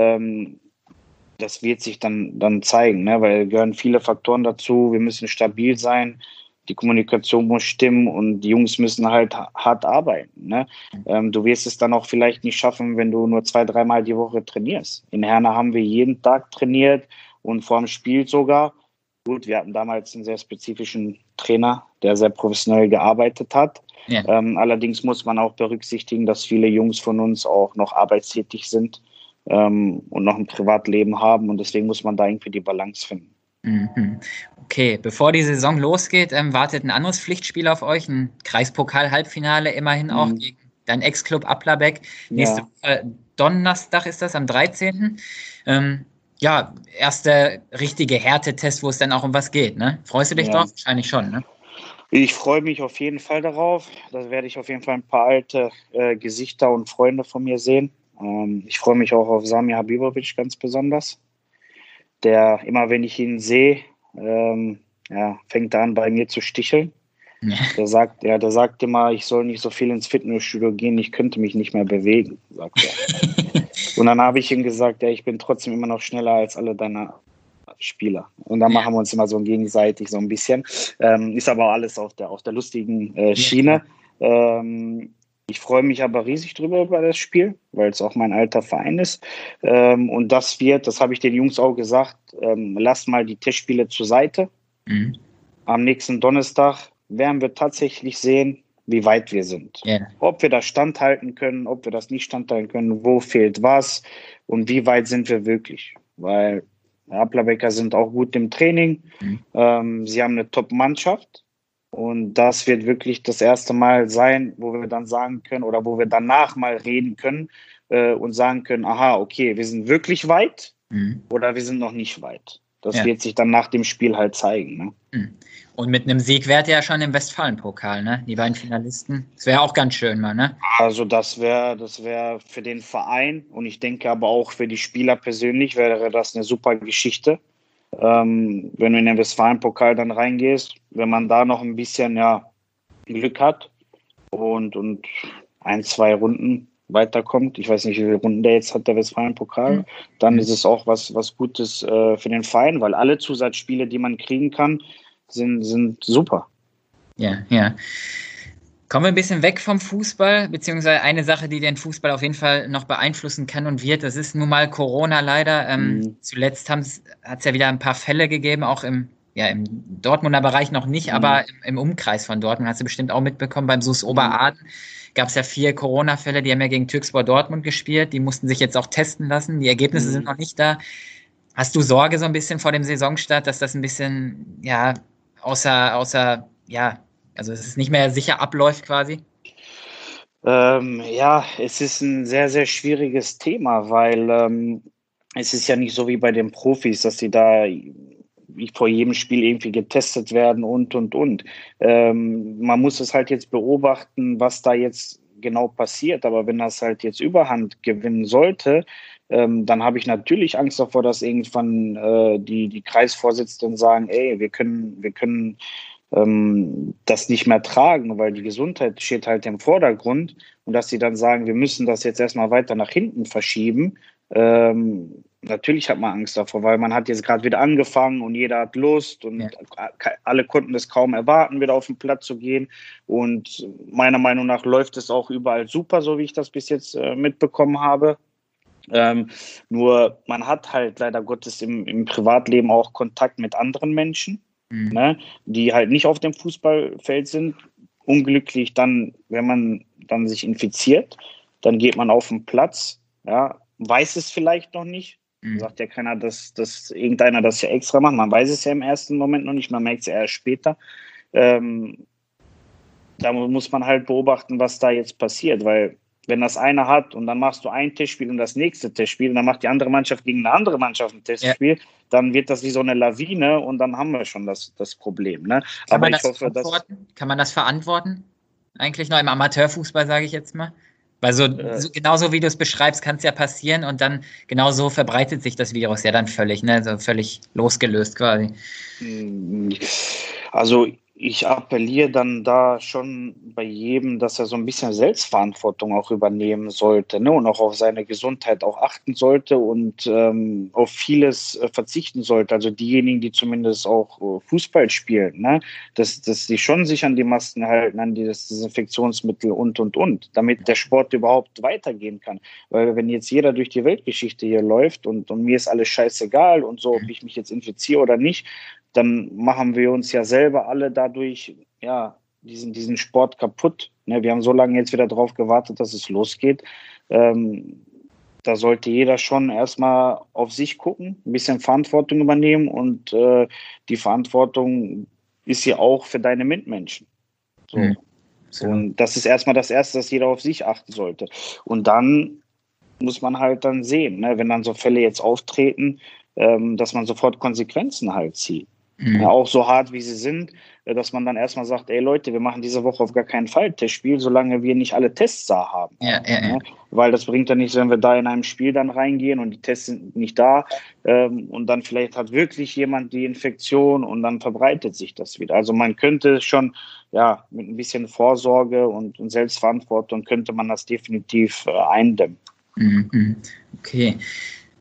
Das wird sich dann zeigen, ne? Weil gehören viele Faktoren dazu. Wir müssen stabil sein. Die Kommunikation muss stimmen und die Jungs müssen halt hart arbeiten. Ne? Du wirst es dann auch vielleicht nicht schaffen, wenn du nur 2-3 Mal die Woche trainierst. In Herne haben wir jeden Tag trainiert und vor dem Spiel sogar. Gut, wir hatten damals einen sehr spezifischen Trainer, der sehr professionell gearbeitet hat. Ja. Allerdings muss man auch berücksichtigen, dass viele Jungs von uns auch noch arbeitstätig sind und noch ein Privatleben haben und deswegen muss man da irgendwie die Balance finden. Okay, bevor die Saison losgeht, wartet ein anderes Pflichtspiel auf euch, ein Kreispokal-Halbfinale, immerhin auch gegen dein Ex-Club Applerbeck. Nächste Woche Donnerstag ist das, am 13. Ja, erster richtige Härtetest, wo es dann auch um was geht, ne? Freust du dich drauf? Wahrscheinlich schon, ne? Ich freue mich auf jeden Fall darauf. Da werde ich auf jeden Fall ein paar alte Gesichter und Freunde von mir sehen. Ich freue mich auch auf Sami Habibovic ganz besonders. Der, immer wenn ich ihn sehe, fängt er an, bei mir zu sticheln. Ja. Der sagt immer, ich soll nicht so viel ins Fitnessstudio gehen, ich könnte mich nicht mehr bewegen, sagt er. Und dann habe ich ihm gesagt, ja, ich bin trotzdem immer noch schneller als alle deine Spieler. Und dann machen wir uns immer so gegenseitig so ein bisschen. Ist aber alles auf der lustigen Schiene. Ich freue mich aber riesig drüber über das Spiel, weil es auch mein alter Verein ist. Und das habe ich den Jungs auch gesagt, lasst mal die Testspiele zur Seite. Mhm. Am nächsten Donnerstag werden wir tatsächlich sehen, wie weit wir sind. Yeah. Ob wir das standhalten können, ob wir das nicht standhalten können, wo fehlt was und wie weit sind wir wirklich. Weil Applerbecker sind auch gut im Training. Mhm. Sie haben eine Top-Mannschaft. Und das wird wirklich das erste Mal sein, wo wir dann sagen können oder wo wir danach mal reden können und sagen können, aha, okay, wir sind wirklich weit oder wir sind noch nicht weit. Das wird sich dann nach dem Spiel halt zeigen. Ne? Und mit einem Sieg wärt ihr ja schon im Westfalen-Pokal, ne? Die beiden Finalisten. Das wäre auch ganz schön mal, ne? Also das wäre für den Verein und ich denke aber auch für die Spieler persönlich wäre das eine super Geschichte. Wenn du in den Westfalen-Pokal dann reingehst, wenn man da noch ein bisschen Glück hat und 1-2 Runden weiterkommt, ich weiß nicht, wie viele Runden der jetzt hat, der Westfalen-Pokal, dann ist es auch was Gutes für den Verein, weil alle Zusatzspiele, die man kriegen kann, sind super. Ja. Kommen wir ein bisschen weg vom Fußball, beziehungsweise eine Sache, die den Fußball auf jeden Fall noch beeinflussen kann und wird, das ist nun mal Corona leider. Zuletzt hat es ja wieder ein paar Fälle gegeben, auch im Dortmunder Bereich noch nicht, aber im Umkreis von Dortmund, hast du bestimmt auch mitbekommen, beim SuS Oberaden gab es ja 4 Corona-Fälle, die haben ja gegen Türkspor Dortmund gespielt, die mussten sich jetzt auch testen lassen, die Ergebnisse sind noch nicht da. Hast du Sorge so ein bisschen vor dem Saisonstart, dass das ein bisschen, also dass es nicht mehr sicher abläuft quasi? Es ist ein sehr, sehr schwieriges Thema, weil es ist ja nicht so wie bei den Profis, dass sie da vor jedem Spiel irgendwie getestet werden und. Man muss es halt jetzt beobachten, was da jetzt genau passiert. Aber wenn das halt jetzt Überhand gewinnen sollte, dann habe ich natürlich Angst davor, dass irgendwann die Kreisvorsitzenden sagen, ey, wir können das nicht mehr tragen, weil die Gesundheit steht halt im Vordergrund und dass sie dann sagen, wir müssen das jetzt erstmal weiter nach hinten verschieben. Natürlich hat man Angst davor, weil man hat jetzt gerade wieder angefangen und jeder hat Lust und alle konnten es kaum erwarten, wieder auf den Platz zu gehen und meiner Meinung nach läuft es auch überall super, so wie ich das bis jetzt mitbekommen habe. Nur man hat halt leider Gottes im Privatleben auch Kontakt mit anderen Menschen, ne, die halt nicht auf dem Fußballfeld sind. Unglücklich dann, wenn man dann sich infiziert, dann geht man auf den Platz, weiß es vielleicht noch nicht. Sagt ja keiner, dass irgendeiner das ja extra macht. Man weiß es ja im ersten Moment noch nicht, man merkt es ja erst später. Da muss man halt beobachten, was da jetzt passiert, weil wenn das einer hat und dann machst du ein Testspiel und das nächste Testspiel und dann macht die andere Mannschaft gegen eine andere Mannschaft ein Testspiel, dann wird das wie so eine Lawine und dann haben wir schon das Problem. Ne? Kann man das verantworten? Eigentlich noch im Amateurfußball, sage ich jetzt mal. Weil genauso wie du es beschreibst, kann es ja passieren und dann genauso verbreitet sich das Virus ja dann völlig, ne? So völlig losgelöst quasi. Also ich appelliere dann da schon bei jedem, dass er so ein bisschen Selbstverantwortung auch übernehmen sollte, ne? Und auch auf seine Gesundheit auch achten sollte und auf vieles verzichten sollte. Also diejenigen, die zumindest auch Fußball spielen, ne? Dass sie schon sich an die Masken halten, an das Desinfektionsmittel und, damit der Sport überhaupt weitergehen kann. Weil wenn jetzt jeder durch die Weltgeschichte hier läuft und mir ist alles scheißegal und so, ob ich mich jetzt infiziere oder nicht, dann machen wir uns ja selber alle dadurch diesen Sport kaputt. Ne? Wir haben so lange jetzt wieder darauf gewartet, dass es losgeht. Da sollte jeder schon erstmal auf sich gucken, ein bisschen Verantwortung übernehmen und die Verantwortung ist ja auch für deine Mitmenschen. So. Und das ist erstmal das Erste, dass jeder auf sich achten sollte. Und dann muss man halt dann sehen, ne? Wenn dann so Fälle jetzt auftreten, dass man sofort Konsequenzen halt zieht. Auch so hart, wie sie sind, dass man dann erstmal sagt, ey Leute, wir machen diese Woche auf gar keinen Fall Testspiel, solange wir nicht alle Tests da haben. Ja. Weil das bringt ja nichts, wenn wir da in einem Spiel dann reingehen und die Tests sind nicht da und dann vielleicht hat wirklich jemand die Infektion und dann verbreitet sich das wieder. Also man könnte schon, mit ein bisschen Vorsorge und Selbstverantwortung könnte man das definitiv eindämmen. Okay.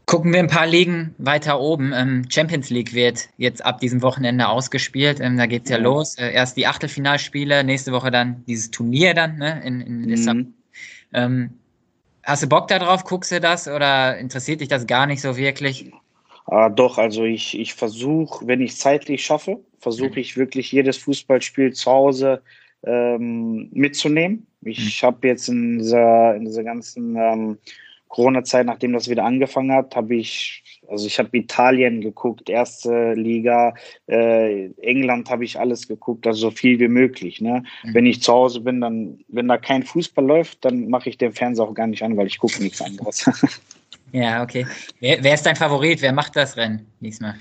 Gucken wir ein paar Ligen weiter oben. Champions League wird jetzt ab diesem Wochenende ausgespielt. Da geht's ja los. Erst die Achtelfinalspiele, nächste Woche dann dieses Turnier dann, ne, in Lissabon. Hast du Bock da drauf? Guckst du das oder interessiert dich das gar nicht so wirklich? Doch, also ich versuche, wenn ich zeitlich schaffe, versuche ich wirklich jedes Fußballspiel zu Hause mitzunehmen. Ich habe jetzt in dieser ganzen Corona-Zeit, nachdem das wieder angefangen hat, habe ich Italien geguckt, erste Liga, England habe ich alles geguckt, also so viel wie möglich. Ne? Wenn ich zu Hause bin, dann, wenn da kein Fußball läuft, dann mache ich den Fernseher auch gar nicht an, weil ich gucke nichts anderes. Ja, okay. Wer ist dein Favorit? Wer macht das Rennen diesmal?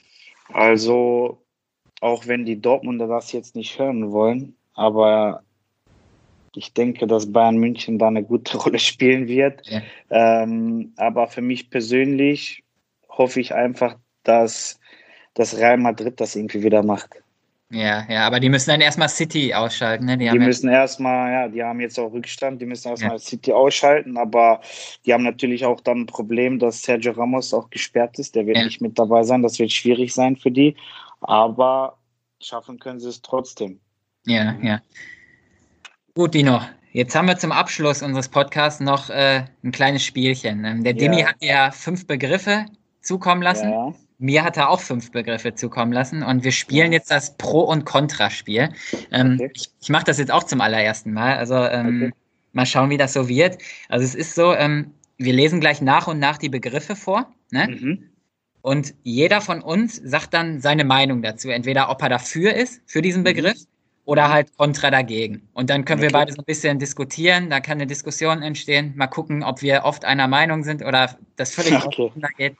Also, auch wenn die Dortmunder das jetzt nicht hören wollen, aber ich denke, dass Bayern München da eine gute Rolle spielen wird. Ja. Aber für mich persönlich hoffe ich einfach, dass das Real Madrid das irgendwie wieder macht. Ja, aber die müssen dann erstmal City ausschalten. Ne? Die haben jetzt auch Rückstand, die müssen erstmal City ausschalten, aber die haben natürlich auch dann ein Problem, dass Sergio Ramos auch gesperrt ist. Der wird nicht mit dabei sein, das wird schwierig sein für die, aber schaffen können sie es trotzdem. Ja. Gut, Dino, jetzt haben wir zum Abschluss unseres Podcasts noch ein kleines Spielchen. Der Dimi hat ja 5 Begriffe zukommen lassen. Ja. Mir hat er auch 5 Begriffe zukommen lassen und wir spielen jetzt das Pro- und Kontraspiel. Okay. Ich mache das jetzt auch zum allerersten Mal, also mal schauen, wie das so wird. Also es ist so, wir lesen gleich nach und nach die Begriffe vor, ne? Und jeder von uns sagt dann seine Meinung dazu, entweder ob er dafür ist, für diesen Begriff, oder halt kontra dagegen. Und dann können wir beide so ein bisschen diskutieren, da kann eine Diskussion entstehen, mal gucken, ob wir oft einer Meinung sind oder das völlig auseinander geht.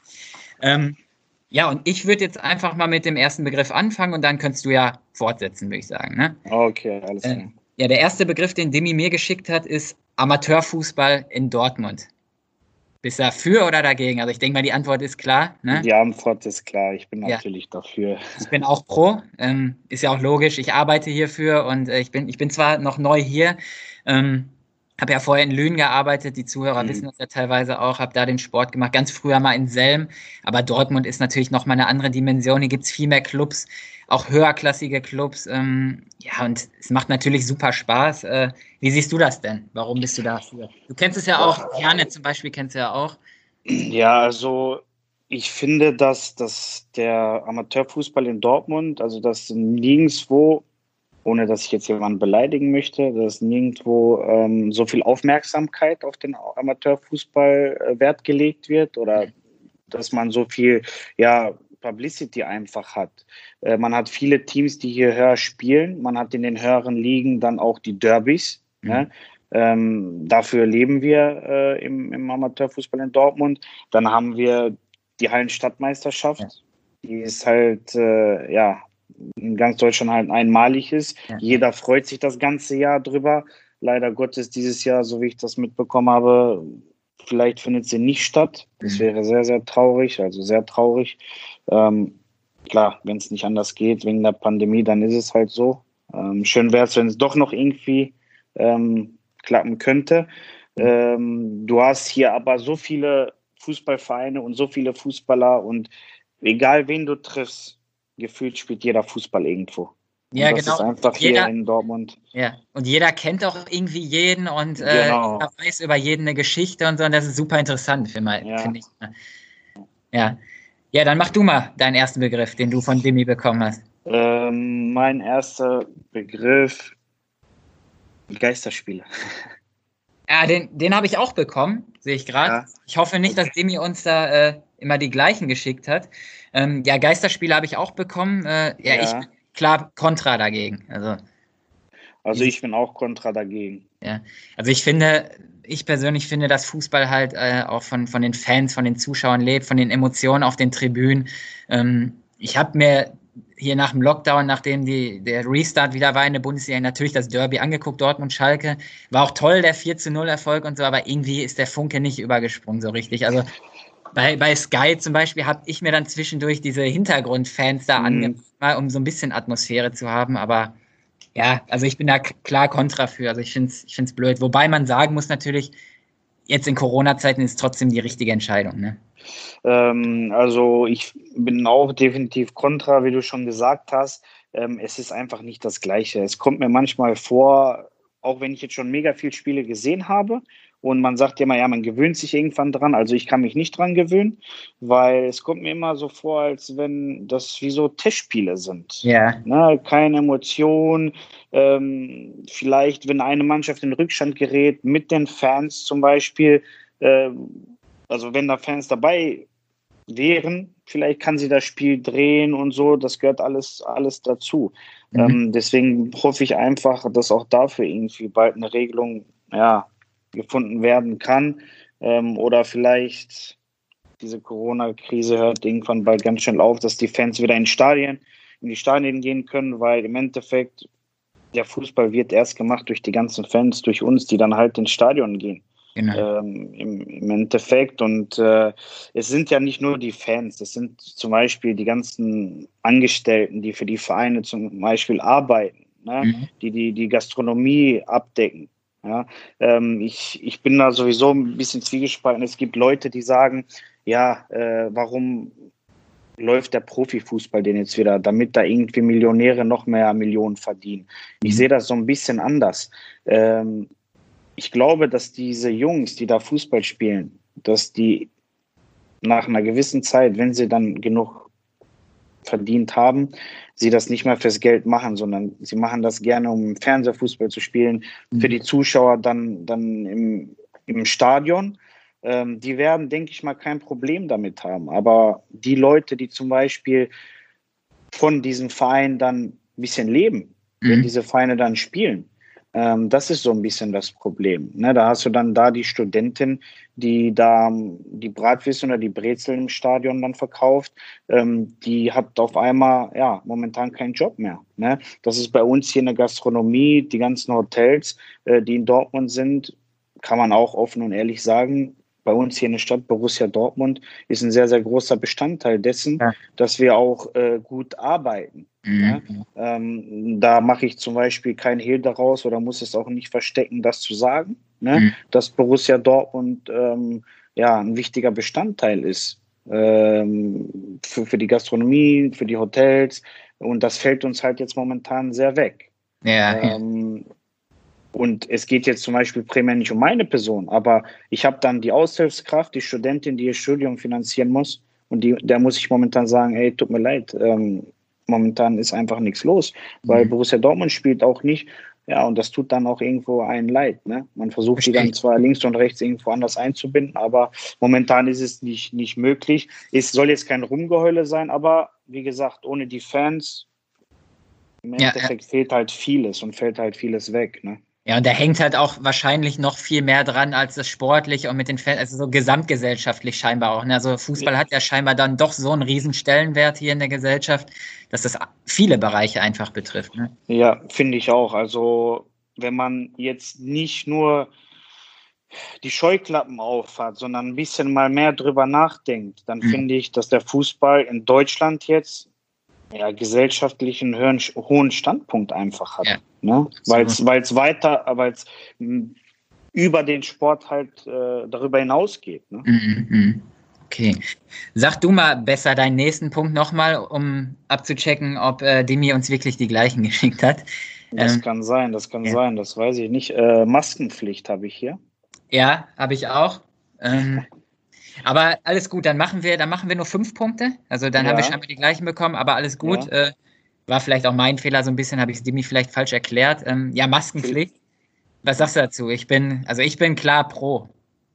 Ja, und ich würde jetzt einfach mal mit dem ersten Begriff anfangen und dann könntest du ja fortsetzen, würde ich sagen. Ne? Okay, alles klar. Ja, der erste Begriff, den Dimi mir geschickt hat, ist Amateurfußball in Dortmund. Bist du dafür oder dagegen? Also ich denke mal, die Antwort ist klar. Ne? Die Antwort ist klar, ich bin natürlich dafür. Ich bin auch pro, ist ja auch logisch, ich arbeite hierfür und ich bin zwar noch neu hier, habe ja vorher in Lünen gearbeitet, die Zuhörer wissen das ja teilweise auch, habe da den Sport gemacht, ganz früher mal in Selm, aber Dortmund ist natürlich nochmal eine andere Dimension, hier gibt's viel mehr Clubs, auch höherklassige Clubs, ja, und es macht natürlich super Spaß. Wie siehst du das denn? Warum bist du dafür? Du kennst es ja auch, Jane zum Beispiel kennst du ja auch. Ja, also ich finde, dass der Amateurfußball in Dortmund, also dass nirgendwo, ohne dass ich jetzt jemanden beleidigen möchte, dass nirgendwo so viel Aufmerksamkeit auf den Amateurfußball Wert gelegt wird oder dass man so viel Publicity einfach hat. Man hat viele Teams, die hier höher spielen. Man hat in den höheren Ligen dann auch die Derbys. Ne? Dafür leben wir im Amateurfußball in Dortmund. Dann haben wir die Hallenstadtmeisterschaft, die ist halt in ganz Deutschland halt einmalig ist. Ja. Jeder freut sich das ganze Jahr drüber. Leider Gottes dieses Jahr, so wie ich das mitbekommen habe, vielleicht findet sie nicht statt. Das wäre sehr, sehr traurig, also sehr traurig. Klar, wenn es nicht anders geht wegen der Pandemie, dann ist es halt so. Schön wäre es, wenn es doch noch irgendwie klappen könnte. Du hast hier aber so viele Fußballvereine und so viele Fußballer und egal wen du triffst, gefühlt spielt jeder Fußball irgendwo. Ja, und das genau. ist einfach hier in Dortmund. Ja, und jeder kennt auch irgendwie jeden und jeder weiß über jeden eine Geschichte und so, und das ist super interessant, finde ich. Ja, dann mach du mal deinen ersten Begriff, den du von Dimi bekommen hast. Mein erster Begriff, Geisterspiele. Ja, den habe ich auch bekommen, sehe ich gerade. Ja. Ich hoffe nicht, dass Dimi uns da immer die gleichen geschickt hat. Geisterspiele habe ich auch bekommen. Ich bin klar kontra dagegen. Also ich bin auch kontra dagegen. Ja, also ich persönlich finde, dass Fußball halt auch von den Fans, von den Zuschauern lebt, von den Emotionen auf den Tribünen. Ich habe mir hier nach dem Lockdown, nachdem der Restart wieder war in der Bundesliga, natürlich das Derby angeguckt, Dortmund-Schalke. War auch toll, der 4-0-Erfolg und so, aber irgendwie ist der Funke nicht übergesprungen so richtig. Also bei Sky zum Beispiel habe ich mir dann zwischendurch diese Hintergrundfans da angemacht, um so ein bisschen Atmosphäre zu haben, aber ja, also ich bin da klar kontra für, also ich finde es blöd. Wobei man sagen muss natürlich, jetzt in Corona-Zeiten ist es trotzdem die richtige Entscheidung, ne? Also ich bin auch definitiv kontra, wie du schon gesagt hast. Es ist einfach nicht das Gleiche. Es kommt mir manchmal vor, auch wenn ich jetzt schon mega viele Spiele gesehen habe und man sagt ja immer, ja, man gewöhnt sich irgendwann dran. Also ich kann mich nicht dran gewöhnen, weil es kommt mir immer so vor, als wenn das wie so Testspiele sind. Ja. Ne? Keine Emotion. Vielleicht, wenn eine Mannschaft in Rückstand gerät, mit den Fans zum Beispiel, also wenn da Fans dabei wären, vielleicht kann sie das Spiel drehen und so, das gehört alles dazu. Deswegen hoffe ich einfach, dass auch dafür irgendwie bald eine Regelung gefunden werden kann, oder vielleicht diese Corona-Krise hört irgendwann bald ganz schnell auf, dass die Fans wieder in die Stadien gehen können, weil im Endeffekt der Fußball wird erst gemacht durch die ganzen Fans, durch uns, die dann halt ins Stadion gehen. Genau. Im Endeffekt. Und es sind ja nicht nur die Fans, es sind zum Beispiel die ganzen Angestellten, die für die Vereine zum Beispiel arbeiten, ne? Die Gastronomie abdecken. Ja? Ich bin da sowieso ein bisschen zwiegespalten. Es gibt Leute, die sagen, warum läuft der Profifußball denn jetzt wieder, damit da irgendwie Millionäre noch mehr Millionen verdienen. Ich sehe das so ein bisschen anders. Ich glaube, dass diese Jungs, die da Fußball spielen, dass die nach einer gewissen Zeit, wenn sie dann genug verdient haben, sie das nicht mehr fürs Geld machen, sondern sie machen das gerne, um im Fernsehfußball zu spielen, für die Zuschauer dann im Stadion. Die werden, denke ich mal, kein Problem damit haben. Aber die Leute, die zum Beispiel von diesem Verein dann ein bisschen leben, wenn diese Vereine dann spielen, das ist so ein bisschen das Problem. Ne? Da hast du dann die Studentin, die da die Bratwürste oder die Brezeln im Stadion dann verkauft. Die hat auf einmal momentan keinen Job mehr. Ne? Das ist bei uns hier in der Gastronomie, die ganzen Hotels, die in Dortmund sind, kann man auch offen und ehrlich sagen, bei uns hier in der Stadt, Borussia Dortmund, ist ein sehr, sehr großer Bestandteil dessen, dass wir auch gut arbeiten. Ja? Da mache ich zum Beispiel kein Hehl daraus oder muss es auch nicht verstecken, das zu sagen, ne? Dass Borussia Dortmund ein wichtiger Bestandteil ist für die Gastronomie, für die Hotels, und das fällt uns halt jetzt momentan sehr weg. Und es geht jetzt zum Beispiel primär nicht um meine Person, aber ich habe dann die Aushilfskraft, die Studentin, die ihr Studium finanzieren muss, und der muss ich momentan sagen, ey, tut mir leid, momentan ist einfach nichts los, weil Borussia Dortmund spielt auch nicht, und das tut dann auch irgendwo einen leid. Ne? Man versucht die dann zwar links und rechts irgendwo anders einzubinden, aber momentan ist es nicht möglich. Es soll jetzt kein Rumgeheule sein, aber wie gesagt, ohne die Fans im Endeffekt fehlt halt vieles und fällt halt vieles weg. Ne? Ja, und da hängt halt auch wahrscheinlich noch viel mehr dran als das sportlich und mit den Fans, also so gesamtgesellschaftlich scheinbar auch. Ne? Also Fußball hat ja scheinbar dann doch so einen riesen Stellenwert hier in der Gesellschaft, dass das viele Bereiche einfach betrifft. Ne? Ja, finde ich auch. Also wenn man jetzt nicht nur die Scheuklappen aufhat, sondern ein bisschen mal mehr drüber nachdenkt, dann finde ich, dass der Fußball in Deutschland jetzt gesellschaftlichen hohen Standpunkt einfach hat. Ja. Ne? Weil es über den Sport halt darüber hinausgeht. Ne? Okay. Sag du mal besser deinen nächsten Punkt nochmal, um abzuchecken, ob Dimi uns wirklich die gleichen geschickt hat. Das kann sein, das weiß ich nicht. Maskenpflicht habe ich hier. Ja, habe ich auch. Aber alles gut, dann machen wir nur 5 Punkte. Also dann haben wir scheinbar die gleichen bekommen, aber alles gut. Ja. War vielleicht auch mein Fehler, so ein bisschen habe ich es Dimi vielleicht falsch erklärt. Maskenpflicht. Was sagst du dazu? Ich bin klar pro.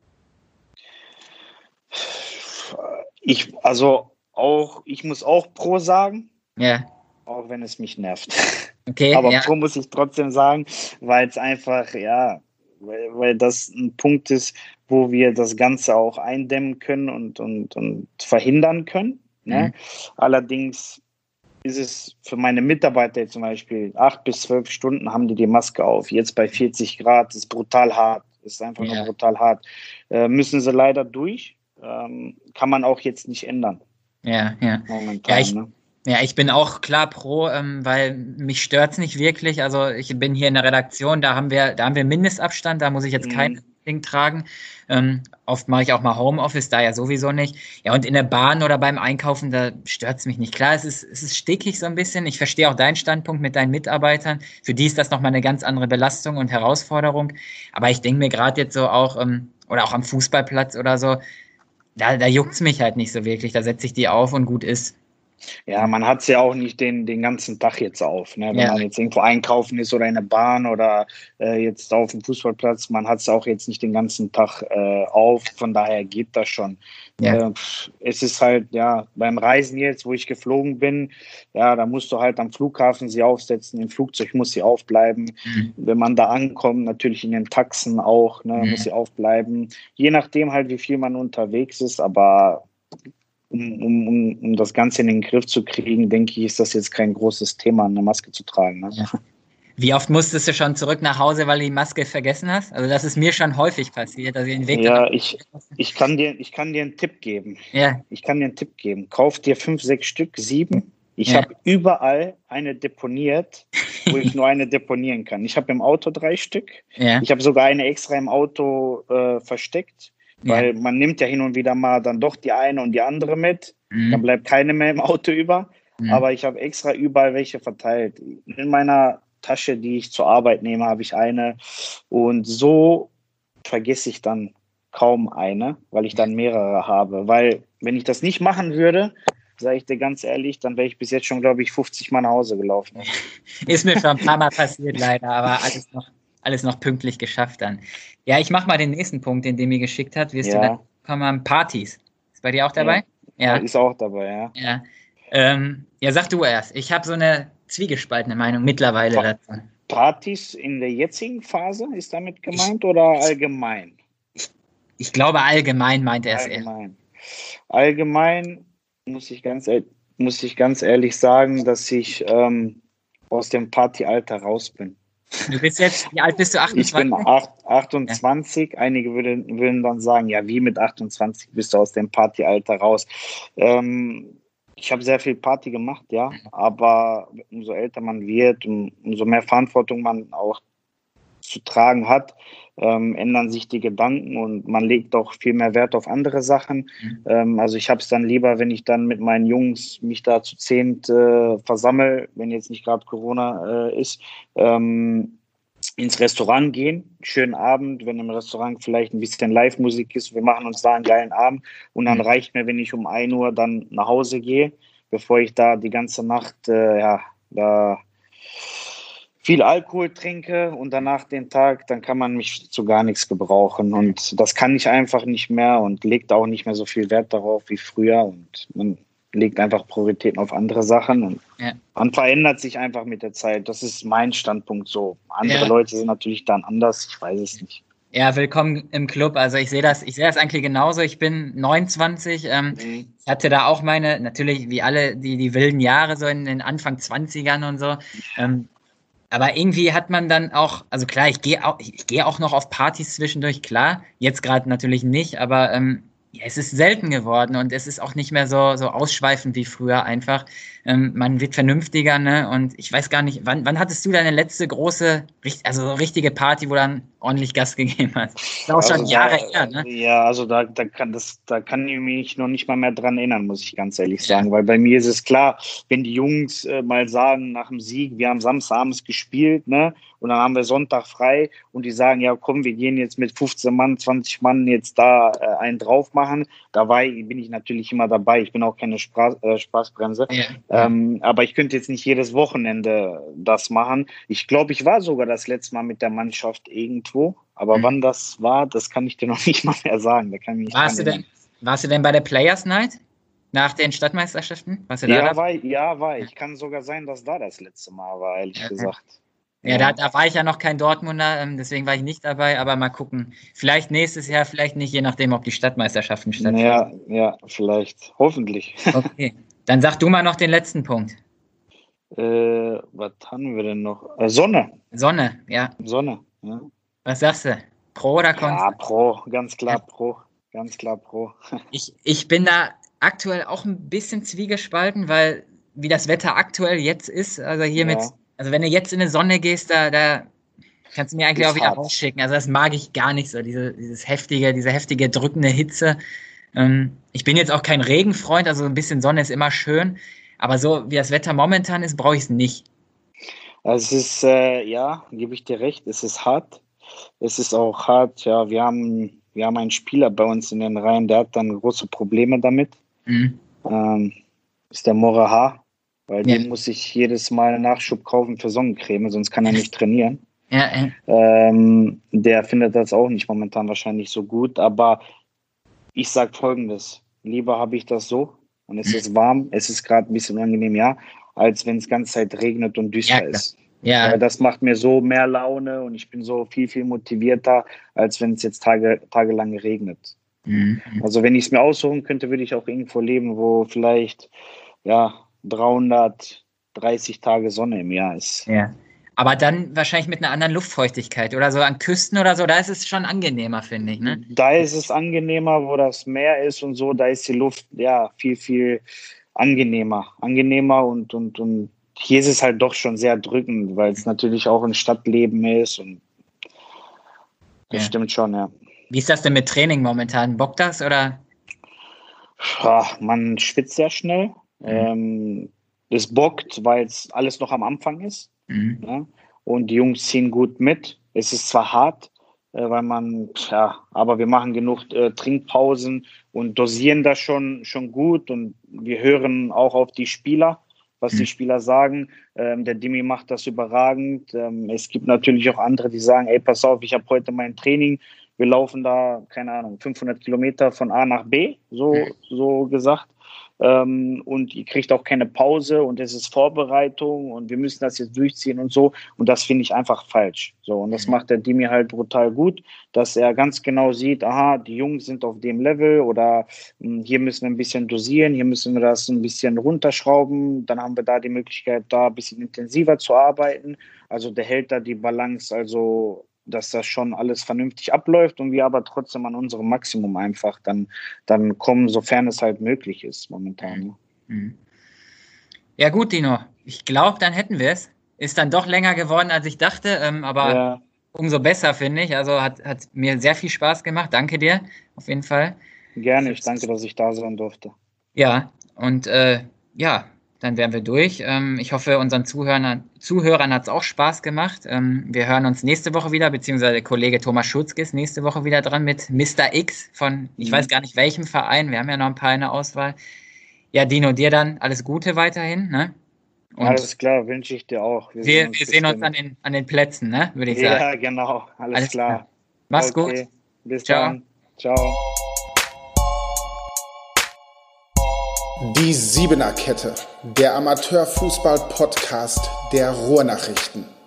Ich muss auch pro sagen. Ja. Auch wenn es mich nervt. Okay. Aber pro muss ich trotzdem sagen, weil es einfach, weil das ein Punkt ist, wo wir das Ganze auch eindämmen können und verhindern können. Ne? Allerdings ist es für meine Mitarbeiter zum Beispiel 8 bis 12 Stunden haben die Maske auf. Jetzt bei 40 Grad ist brutal hart. Ist einfach nur brutal hart. Müssen sie leider durch. Kann man auch jetzt nicht ändern. Ja. Momentan, ich bin auch klar pro, weil mich stört es nicht wirklich. Also ich bin hier in der Redaktion, da haben wir Mindestabstand, da muss ich jetzt keinen unbedingt tragen. Oft mache ich auch mal Homeoffice, da ja sowieso nicht. Ja, und in der Bahn oder beim Einkaufen, da stört es mich nicht. Klar, es ist stickig so ein bisschen. Ich verstehe auch deinen Standpunkt mit deinen Mitarbeitern. Für die ist das nochmal eine ganz andere Belastung und Herausforderung. Aber ich denke mir gerade jetzt so auch, oder auch am Fußballplatz oder so, da juckt es mich halt nicht so wirklich. Da setze ich die auf und gut ist. Ja, man hat es ja auch nicht den ganzen Tag jetzt auf. Ne? Wenn man jetzt irgendwo einkaufen ist oder in der Bahn oder jetzt auf dem Fußballplatz, man hat es auch jetzt nicht den ganzen Tag auf. Von daher geht das schon. Ja. Es ist halt, ja, beim Reisen jetzt, wo ich geflogen bin, ja, da musst du halt am Flughafen sie aufsetzen, im Flugzeug muss sie aufbleiben. Wenn man da ankommt, natürlich in den Taxen auch, ne, muss sie aufbleiben. Je nachdem halt, wie viel man unterwegs ist, aber um das Ganze in den Griff zu kriegen, denke ich, ist das jetzt kein großes Thema, eine Maske zu tragen. Ne? Ja. Wie oft musstest du schon zurück nach Hause, weil du die Maske vergessen hast? Also das ist mir schon häufig passiert. Dass ich den Weg ich kann dir einen Tipp geben. Ja. Ich kann dir einen Tipp geben. Kauf dir 5, 6 Stück, 7. Ich habe überall eine deponiert, wo ich nur eine deponieren kann. Ich habe im Auto 3 Stück. Ja. Ich habe sogar eine extra im Auto versteckt. Weil man nimmt ja hin und wieder mal dann doch die eine und die andere mit. Dann bleibt keine mehr im Auto über. Aber ich habe extra überall welche verteilt. In meiner Tasche, die ich zur Arbeit nehme, habe ich eine. Und so vergesse ich dann kaum eine, weil ich dann mehrere habe. Weil wenn ich das nicht machen würde, sage ich dir ganz ehrlich, dann wäre ich bis jetzt schon, glaube ich, 50 Mal nach Hause gelaufen. Ist mir schon ein paar Mal passiert, leider. Aber alles noch pünktlich geschafft dann. Ja, ich mache mal den nächsten Punkt, den mir geschickt hat. Wirst du dann kommen? Partys. Ist bei dir auch dabei? Ja, ist auch dabei, ja. Ja, sag du erst. Ich habe so eine zwiegespaltene Meinung mittlerweile dazu. Partys in der jetzigen Phase ist damit gemeint oder allgemein? Ich glaube, allgemein meint er es eher. Allgemein muss ich ganz ehrlich sagen, dass ich aus dem Partyalter raus bin. Du bist jetzt, wie alt bist du? 28? Ich bin 28. Ja. Einige würden dann sagen, ja, wie mit 28 bist du aus dem Partyalter raus? Ich habe sehr viel Party gemacht, ja, aber umso älter man wird, umso mehr Verantwortung man auch zu tragen hat, ändern sich die Gedanken und man legt auch viel mehr Wert auf andere Sachen. Also ich habe es dann lieber, wenn ich dann mit meinen Jungs mich da zu 10 versammle, wenn jetzt nicht gerade Corona ist, ins Restaurant gehen, schönen Abend, wenn im Restaurant vielleicht ein bisschen Live-Musik ist, wir machen uns da einen geilen Abend und dann reicht mir, wenn ich um 1 Uhr dann nach Hause gehe, bevor ich da die ganze Nacht da viel Alkohol trinke und danach den Tag, dann kann man mich zu gar nichts gebrauchen und das kann ich einfach nicht mehr und legt auch nicht mehr so viel Wert darauf wie früher und man legt einfach Prioritäten auf andere Sachen und man verändert sich einfach mit der Zeit. Das ist mein Standpunkt so. Andere Leute sind natürlich dann anders, ich weiß es nicht. Ja, willkommen im Club. Also ich sehe das eigentlich genauso. Ich bin 29. Ich hatte da auch natürlich wie alle die wilden Jahre so in den Anfang 20ern und so. Aber irgendwie hat man dann auch, also klar, ich gehe auch noch auf Partys zwischendurch, klar. Jetzt gerade natürlich nicht, aber es ist selten geworden und es ist auch nicht mehr so ausschweifend wie früher einfach. Man wird vernünftiger, ne? Und ich weiß gar nicht, wann hattest du deine letzte große, richtige Party, wo du dann ordentlich Gas gegeben hast? Das ist auch schon Jahre her, ne? Ja, also da kann ich mich noch nicht mal mehr dran erinnern, muss ich ganz ehrlich sagen. Weil bei mir ist es klar, wenn die Jungs mal sagen, nach dem Sieg, wir haben Samstagabends gespielt, ne? Und dann haben wir Sonntag frei und die sagen, ja komm, wir gehen jetzt mit 15 Mann, 20 Mann jetzt da einen drauf machen. Dabei bin ich natürlich immer dabei. Ich bin auch keine Spaßbremse. Aber ich könnte jetzt nicht jedes Wochenende das machen. Ich glaube, ich war sogar das letzte Mal mit der Mannschaft irgendwo. Aber wann das war, das kann ich dir noch nicht mal mehr sagen. Da kann ich nicht warst du denn bei der Players Night? Nach den Stadtmeisterschaften? Warst du da? War ich. Kann sogar sein, dass da das letzte Mal war, ehrlich gesagt. Ja, da war ich ja noch kein Dortmunder, deswegen war ich nicht dabei, aber mal gucken. Vielleicht nächstes Jahr, vielleicht nicht, je nachdem, ob die Stadtmeisterschaften stattfinden. Ja, vielleicht. Hoffentlich. Okay, dann sag du mal noch den letzten Punkt. Was haben wir denn noch? Sonne, ja. Sonne, ja. Was sagst du? Pro oder Contra? Ja, Pro, ganz klar Pro. Ganz klar Pro. Ich bin da aktuell auch ein bisschen zwiegespalten, weil wie das Wetter aktuell jetzt ist, also hier also wenn du jetzt in die Sonne gehst, da Kannst du mir eigentlich auch wieder rausschicken. Also das mag ich gar nicht so, diese heftige, drückende Hitze. Ich bin jetzt auch kein Regenfreund, also ein bisschen Sonne ist immer schön. Aber so wie das Wetter momentan ist, brauche ich es nicht. Also es ist, ja, gebe ich dir recht, es ist hart. Es ist auch hart, ja, wir haben einen Spieler bei uns in den Reihen, der hat dann große Probleme damit. Ist der Moraha, weil dem muss ich jedes Mal Nachschub kaufen für Sonnencreme, sonst kann er nicht trainieren. Ja. Der findet das auch nicht momentan wahrscheinlich so gut, aber ich sage Folgendes, lieber habe ich das so und es ist warm, es ist gerade ein bisschen unangenehm, ja, als wenn es die ganze Zeit regnet und düster ist. Ja. Das macht mir so mehr Laune und ich bin so viel, viel motivierter, als wenn es jetzt tagelang regnet. Also wenn ich es mir aussuchen könnte, würde ich auch irgendwo leben, wo vielleicht 330 Tage Sonne im Jahr ist. Ja. Aber dann wahrscheinlich mit einer anderen Luftfeuchtigkeit oder so an Küsten oder so, da ist es schon angenehmer, finde ich. Ne? Da ist es angenehmer, wo das Meer ist und so, da ist die Luft viel, viel angenehmer und hier ist es halt doch schon sehr drückend, weil es natürlich auch ein Stadtleben ist und das stimmt schon, ja. Wie ist das denn mit Training momentan? Bockt das oder? Man schwitzt sehr schnell. Es bockt, weil es alles noch am Anfang ist. Ja? Und die Jungs ziehen gut mit. Es ist zwar hart, weil aber wir machen genug Trinkpausen und dosieren das schon gut und wir hören auch auf die Spieler, was die Spieler sagen. Der Dimi macht das überragend. Es gibt natürlich auch andere, die sagen, ey, pass auf, ich habe heute mein Training, wir laufen da, keine Ahnung, 500 Kilometer von A nach B, so gesagt. Und ihr kriegt auch keine Pause und es ist Vorbereitung und wir müssen das jetzt durchziehen und so. Und das finde ich einfach falsch. So, und das macht der Dimi halt brutal gut, dass er ganz genau sieht, aha, die Jungs sind auf dem Level oder hier müssen wir ein bisschen dosieren, hier müssen wir das ein bisschen runterschrauben. Dann haben wir da die Möglichkeit, da ein bisschen intensiver zu arbeiten. Also der hält da die Balance, also dass das schon alles vernünftig abläuft und wir aber trotzdem an unserem Maximum einfach dann kommen, sofern es halt möglich ist momentan. Ne? Ja gut, Dino, ich glaube, dann hätten wir es. Ist dann doch länger geworden, als ich dachte, aber umso besser, finde ich. Also hat mir sehr viel Spaß gemacht. Danke dir, auf jeden Fall. Gerne, ich danke, dass ich da sein durfte. Ja, und dann wären wir durch. Ich hoffe, unseren Zuhörern hat es auch Spaß gemacht. Wir hören uns nächste Woche wieder, beziehungsweise der Kollege Thomas Schutzke ist nächste Woche wieder dran mit Mr. X von, ich weiß gar nicht welchem Verein, wir haben ja noch ein paar in der Auswahl. Ja, Dino, dir dann alles Gute weiterhin. Ne? Und alles klar, wünsche ich dir auch. Wir sehen uns an den Plätzen, ne? Würde ich sagen. Ja, genau, alles klar. Mach's gut. Bis dann. Ciao. Die Siebener Kette, der Amateurfußball-Podcast der Ruhrnachrichten.